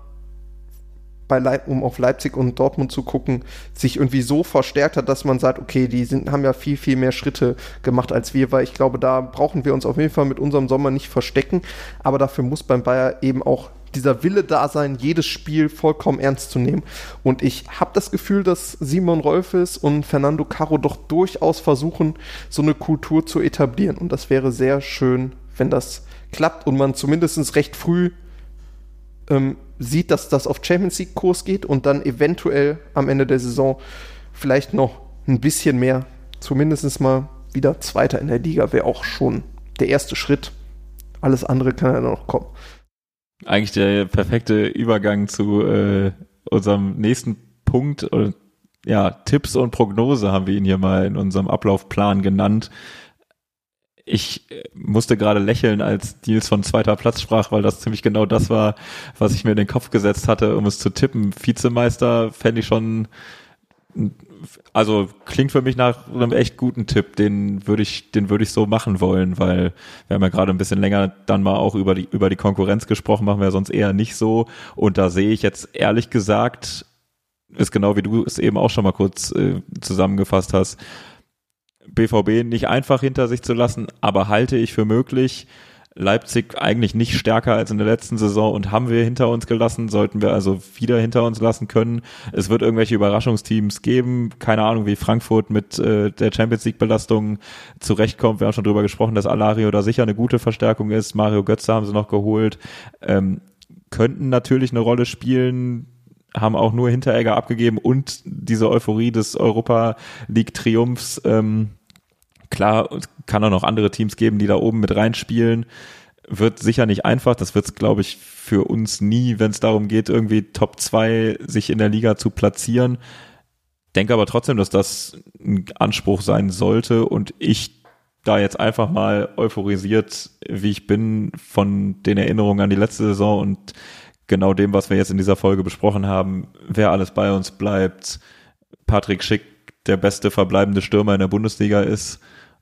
Speaker 2: bei Leip- um auf Leipzig und Dortmund zu gucken, sich irgendwie so verstärkt hat, dass man sagt, okay, die sind, haben ja viel, viel mehr Schritte gemacht als wir, weil ich glaube, da brauchen wir uns auf jeden Fall mit unserem Sommer nicht verstecken. Aber dafür muss beim Bayer eben auch dieser Wille da sein, jedes Spiel vollkommen ernst zu nehmen. Und ich habe das Gefühl, dass Simon Rolfes und Fernando Caro doch durchaus versuchen, so eine Kultur zu etablieren. Und das wäre sehr schön, wenn das klappt und man zumindest recht früh ähm, sieht, dass das auf Champions League Kurs geht und dann eventuell am Ende der Saison vielleicht noch ein bisschen mehr, zumindest mal wieder Zweiter in der Liga, wäre auch schon der erste Schritt. Alles andere kann ja noch kommen.
Speaker 1: Eigentlich der perfekte Übergang zu äh, unserem nächsten Punkt. Und, ja, Tipps und Prognose haben wir ihn hier mal in unserem Ablaufplan genannt. Ich musste gerade lächeln, als Nils von zweiter Platz sprach, weil das ziemlich genau das war, was ich mir in den Kopf gesetzt hatte, um es zu tippen. Vizemeister fände ich schon, also klingt für mich nach einem echt guten Tipp, den würde ich, den würde ich so machen wollen, weil wir haben ja gerade ein bisschen länger dann mal auch über die, über die Konkurrenz gesprochen, machen wir sonst eher nicht so. Und da sehe ich jetzt ehrlich gesagt, ist genau wie du es eben auch schon mal kurz äh, zusammengefasst hast, B V B nicht einfach hinter sich zu lassen, aber halte ich für möglich. Leipzig eigentlich nicht stärker als in der letzten Saison und haben wir hinter uns gelassen, sollten wir also wieder hinter uns lassen können. Es wird irgendwelche Überraschungsteams geben, keine Ahnung, wie Frankfurt mit äh, der Champions League Belastung zurechtkommt. Wir haben schon drüber gesprochen, dass Alario da sicher eine gute Verstärkung ist. Mario Götze haben sie noch geholt. Ähm, könnten natürlich eine Rolle spielen, haben auch nur Hinteregger abgegeben und diese Euphorie des Europa League Triumphs. Ähm, klar, kann auch noch andere Teams geben, die da oben mit reinspielen. Wird sicher nicht einfach. Das wird es, glaube ich, für uns nie, wenn es darum geht, irgendwie Top zwei sich in der Liga zu platzieren. Denke aber trotzdem, dass das ein Anspruch sein sollte und ich da jetzt einfach mal euphorisiert, wie ich bin, von den Erinnerungen an die letzte Saison und genau dem, was wir jetzt in dieser Folge besprochen haben, wer alles bei uns bleibt, Patrick Schick der beste verbleibende Stürmer in der Bundesliga ist.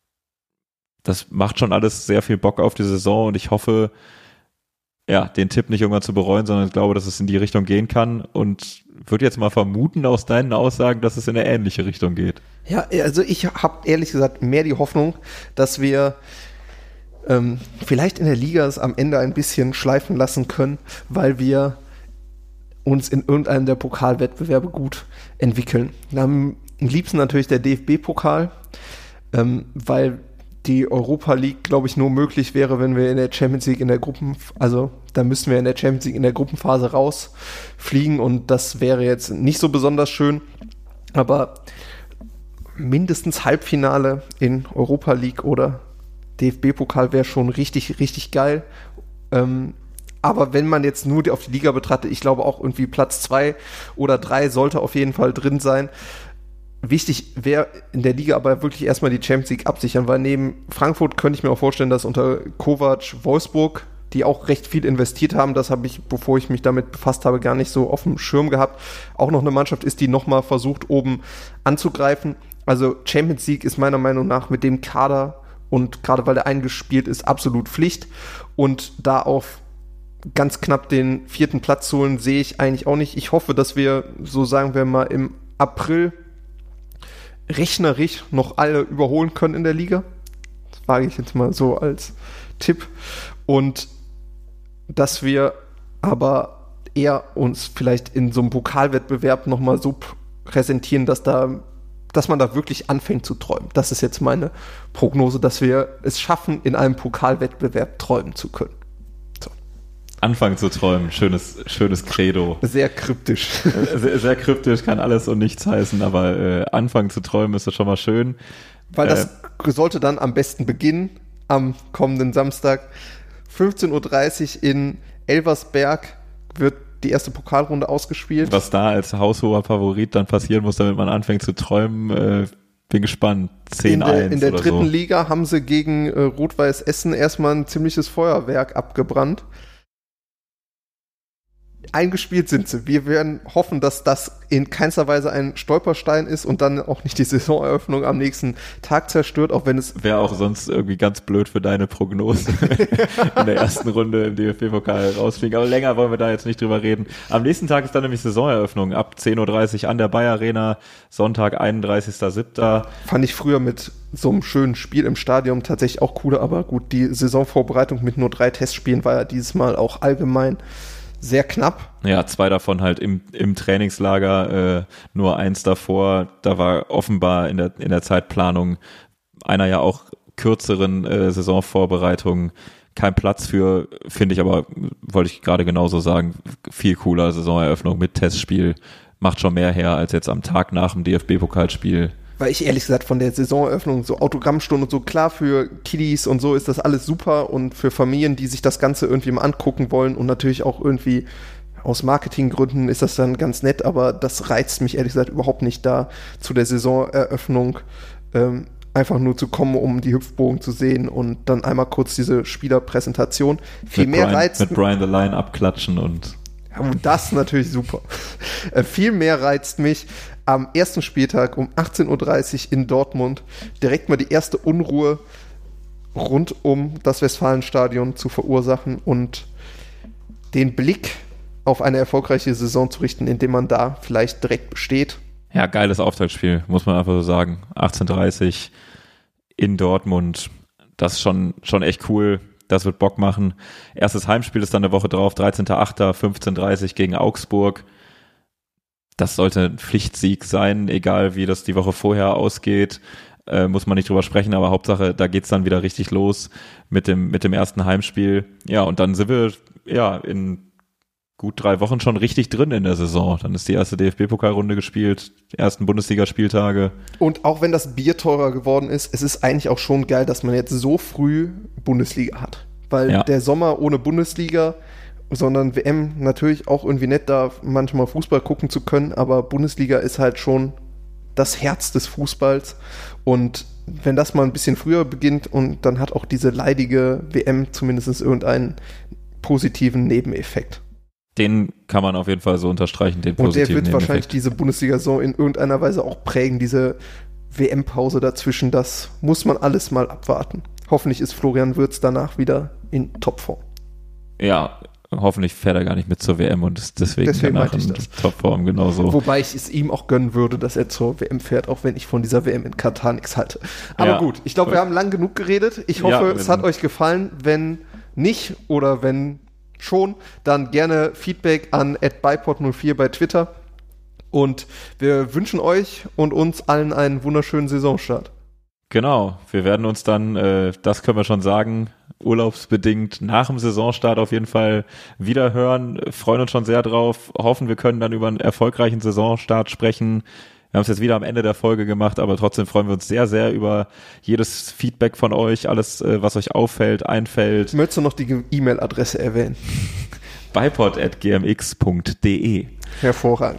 Speaker 1: Das macht schon alles sehr viel Bock auf die Saison und ich hoffe, ja, den Tipp nicht irgendwann zu bereuen, sondern ich glaube, dass es in die Richtung gehen kann und würde jetzt mal vermuten aus deinen Aussagen, dass es in eine ähnliche Richtung geht.
Speaker 2: Ja, also ich habe ehrlich gesagt mehr die Hoffnung, dass wir ähm, vielleicht in der Liga es am Ende ein bisschen schleifen lassen können, weil wir uns in irgendeinem der Pokalwettbewerbe gut entwickeln. Am liebsten natürlich der D F B-Pokal, ähm, weil die Europa League, glaube ich, nur möglich wäre, wenn wir in der Champions League in der Gruppen, also da müssten wir in der Champions League in der Gruppenphase rausfliegen und das wäre jetzt nicht so besonders schön, aber mindestens Halbfinale in Europa League oder D F B-Pokal wäre schon richtig, richtig geil. Ähm, aber wenn man jetzt nur auf die Liga betrachtet, ich glaube auch irgendwie Platz zwei oder drei sollte auf jeden Fall drin sein. Wichtig wäre in der Liga aber wirklich erstmal die Champions League absichern, weil neben Frankfurt könnte ich mir auch vorstellen, dass unter Kovac Wolfsburg, die auch recht viel investiert haben, das habe ich, bevor ich mich damit befasst habe, gar nicht so auf dem Schirm gehabt, auch noch eine Mannschaft ist, die nochmal versucht, oben anzugreifen. Also Champions League ist meiner Meinung nach mit dem Kader und gerade weil der eingespielt ist, absolut Pflicht und da auf ganz knapp den vierten Platz zu holen, sehe ich eigentlich auch nicht. Ich hoffe, dass wir, so sagen wir mal, im April rechnerisch noch alle überholen können in der Liga. Das wage ich jetzt mal so als Tipp. Und dass wir aber eher uns vielleicht in so einem Pokalwettbewerb nochmal so präsentieren, dass da, dass man da wirklich anfängt zu träumen. Das ist jetzt meine Prognose, dass wir es schaffen, in einem Pokalwettbewerb träumen zu können. So.
Speaker 1: Anfangen zu träumen, schönes, schönes Credo.
Speaker 2: Sehr kryptisch.
Speaker 1: Sehr, sehr kryptisch, kann alles und nichts heißen, aber äh, anfangen zu träumen ist das schon mal schön.
Speaker 2: Weil das äh, sollte dann am besten beginnen, am kommenden Samstag. fünfzehn Uhr dreißig in Elversberg wird die erste Pokalrunde ausgespielt.
Speaker 1: Was da als haushoher Favorit dann passieren muss, damit man anfängt zu träumen, äh, bin gespannt. zehn eins
Speaker 2: In der, in der
Speaker 1: oder
Speaker 2: dritten
Speaker 1: so.
Speaker 2: Liga haben sie gegen äh, Rot-Weiß Essen erstmal ein ziemliches Feuerwerk abgebrannt. Eingespielt sind sie. Wir werden hoffen, dass das in keinster Weise ein Stolperstein ist und dann auch nicht die Saisoneröffnung am nächsten Tag zerstört, auch wenn es...
Speaker 1: Wäre auch sonst irgendwie ganz blöd für deine Prognose in der ersten Runde im D F B-Pokal rausfliegen. Aber länger wollen wir da jetzt nicht drüber reden. Am nächsten Tag ist dann nämlich Saisoneröffnung ab zehn Uhr dreißig an der Bayer Arena, Sonntag, einunddreißigster siebter
Speaker 2: Fand ich früher mit so einem schönen Spiel im Stadion tatsächlich auch cooler, aber gut, die Saisonvorbereitung mit nur drei Testspielen war ja dieses Mal auch allgemein sehr knapp.
Speaker 1: Ja, zwei davon halt im, im Trainingslager, äh, nur eins davor. Da war offenbar in der, in der Zeitplanung einer ja auch kürzeren äh, Saisonvorbereitung kein Platz für, finde ich aber, wollte ich gerade genauso sagen, viel cooler Saisoneröffnung mit Testspiel. Macht schon mehr her als jetzt am Tag nach dem D F B-Pokalspiel.
Speaker 2: Weil ich ehrlich gesagt von der Saisoneröffnung, so Autogrammstunden und so, klar für Kiddies und so ist das alles super und für Familien, die sich das Ganze irgendwie mal angucken wollen und natürlich auch irgendwie aus Marketinggründen ist das dann ganz nett, aber das reizt mich ehrlich gesagt überhaupt nicht, da zu der Saisoneröffnung ähm, einfach nur zu kommen, um die Hüpfbogen zu sehen und dann einmal kurz diese Spielerpräsentation. Viel
Speaker 1: mit
Speaker 2: mehr
Speaker 1: Brian,
Speaker 2: reizt
Speaker 1: mit Brian the Lion abklatschen und
Speaker 2: ja, das natürlich super. äh, viel mehr reizt mich am ersten Spieltag um achtzehn Uhr dreißig in Dortmund direkt mal die erste Unruhe rund um das Westfalenstadion zu verursachen und den Blick auf eine erfolgreiche Saison zu richten, indem man da vielleicht direkt besteht.
Speaker 1: ja, geiles Auftaktspiel, muss man einfach so sagen. achtzehn Uhr dreißig in Dortmund, das ist schon, schon echt cool. Das wird Bock machen. Erstes Heimspiel ist dann eine Woche drauf, dreizehnter achter fünfzehn Uhr dreißig gegen Augsburg. Das sollte ein Pflichtsieg sein, egal wie das die Woche vorher ausgeht, äh, muss man nicht drüber sprechen, aber Hauptsache, da geht's dann wieder richtig los mit dem, mit dem ersten Heimspiel. Ja, und dann sind wir ja in gut drei Wochen schon richtig drin in der Saison. Dann ist die erste D F B-Pokalrunde gespielt, die ersten Bundesligaspieltage.
Speaker 2: Und auch wenn das Bier teurer geworden ist, es ist eigentlich auch schon geil, dass man jetzt so früh Bundesliga hat. Weil
Speaker 1: ja.
Speaker 2: der Sommer ohne Bundesliga, sondern W M natürlich auch irgendwie nett, da manchmal Fußball gucken zu können, aber Bundesliga ist halt schon das Herz des Fußballs und wenn das mal ein bisschen früher beginnt und dann hat auch diese leidige W M zumindest irgendeinen positiven Nebeneffekt.
Speaker 1: Den kann man auf jeden Fall so unterstreichen, den positiven
Speaker 2: Und der wird
Speaker 1: Nebeneffekt.
Speaker 2: wahrscheinlich diese Bundesliga-Saison in irgendeiner Weise auch prägen, diese W M-Pause dazwischen, das muss man alles mal abwarten. Hoffentlich ist Florian Wirtz danach wieder in Topform.
Speaker 1: Ja, hoffentlich fährt er gar nicht mit zur W M und ist deswegen,
Speaker 2: Deswegen
Speaker 1: danach
Speaker 2: meinte ich
Speaker 1: in
Speaker 2: das.
Speaker 1: Topform, genauso.
Speaker 2: Wobei ich es ihm auch gönnen würde, dass er zur W M fährt, auch wenn ich von dieser W M in Katar nichts halte. Aber
Speaker 1: Ja.
Speaker 2: gut, ich glaube, wir haben lang genug geredet. Ich hoffe,
Speaker 1: Ja,
Speaker 2: es hat euch gefallen. Wenn nicht oder wenn schon, dann gerne Feedback an at bipod null vier bei Twitter. Und wir wünschen euch und uns allen einen wunderschönen Saisonstart.
Speaker 1: Genau, wir werden uns dann, äh, das können wir schon sagen, urlaubsbedingt nach dem Saisonstart auf jeden Fall wieder hören, freuen uns schon sehr drauf, hoffen, wir können dann über einen erfolgreichen Saisonstart sprechen. Wir haben es jetzt wieder am Ende der Folge gemacht, aber trotzdem freuen wir uns sehr, sehr über jedes Feedback von euch, alles, äh, was euch auffällt, einfällt.
Speaker 2: Möchtest du noch die E-Mail-Adresse erwähnen?
Speaker 1: bipod at g m x punkt d e.
Speaker 2: Hervorragend.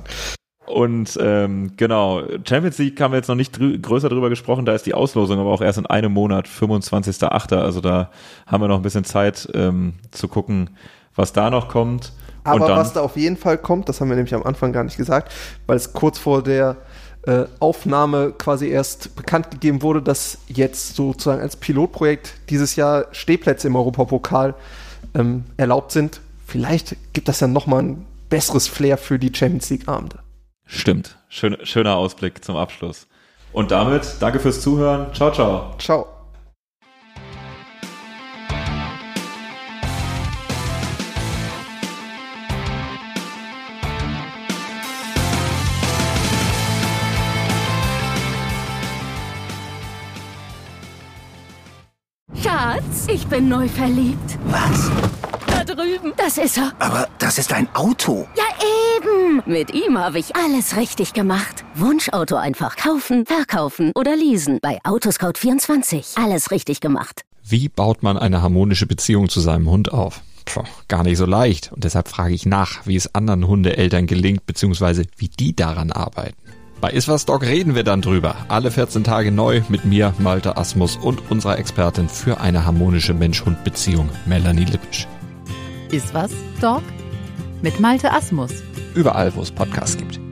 Speaker 1: Und ähm, genau, Champions League haben wir jetzt noch nicht drü- größer drüber gesprochen, da ist die Auslosung aber auch erst in einem Monat, fünfundzwanzigster achter Also da haben wir noch ein bisschen Zeit ähm, zu gucken, was da noch kommt.
Speaker 2: Aber
Speaker 1: Und dann,
Speaker 2: was da auf jeden Fall kommt, das haben wir nämlich am Anfang gar nicht gesagt, weil es kurz vor der äh, Aufnahme quasi erst bekannt gegeben wurde, dass jetzt sozusagen als Pilotprojekt dieses Jahr Stehplätze im Europapokal ähm, erlaubt sind vielleicht gibt das dann nochmal ein besseres Flair für die Champions League-Abende.
Speaker 1: Stimmt. Schön, schöner Ausblick zum Abschluss. Und damit danke fürs Zuhören. Ciao, ciao.
Speaker 2: Ciao.
Speaker 3: Schatz, ich bin neu verliebt.
Speaker 4: Was?
Speaker 3: Da drüben. Das ist er.
Speaker 4: Aber das ist ein Auto.
Speaker 3: Ja, eben. Mit ihm habe ich alles richtig gemacht. Wunschauto einfach kaufen, verkaufen oder leasen. Bei Autoscout vierundzwanzig. Alles richtig gemacht.
Speaker 5: Wie baut man eine harmonische Beziehung zu seinem Hund auf? Puh, gar nicht so leicht. Und deshalb frage ich nach, wie es anderen Hundeeltern gelingt, beziehungsweise wie die daran arbeiten. Bei Iswas Dog reden wir dann drüber. Alle vierzehn Tage neu mit mir, Malte Asmus und unserer Expertin für eine harmonische Mensch-Hund-Beziehung, Melanie Lippisch.
Speaker 6: Iswas Dog mit Malte Asmus.
Speaker 5: Überall, wo es Podcasts gibt.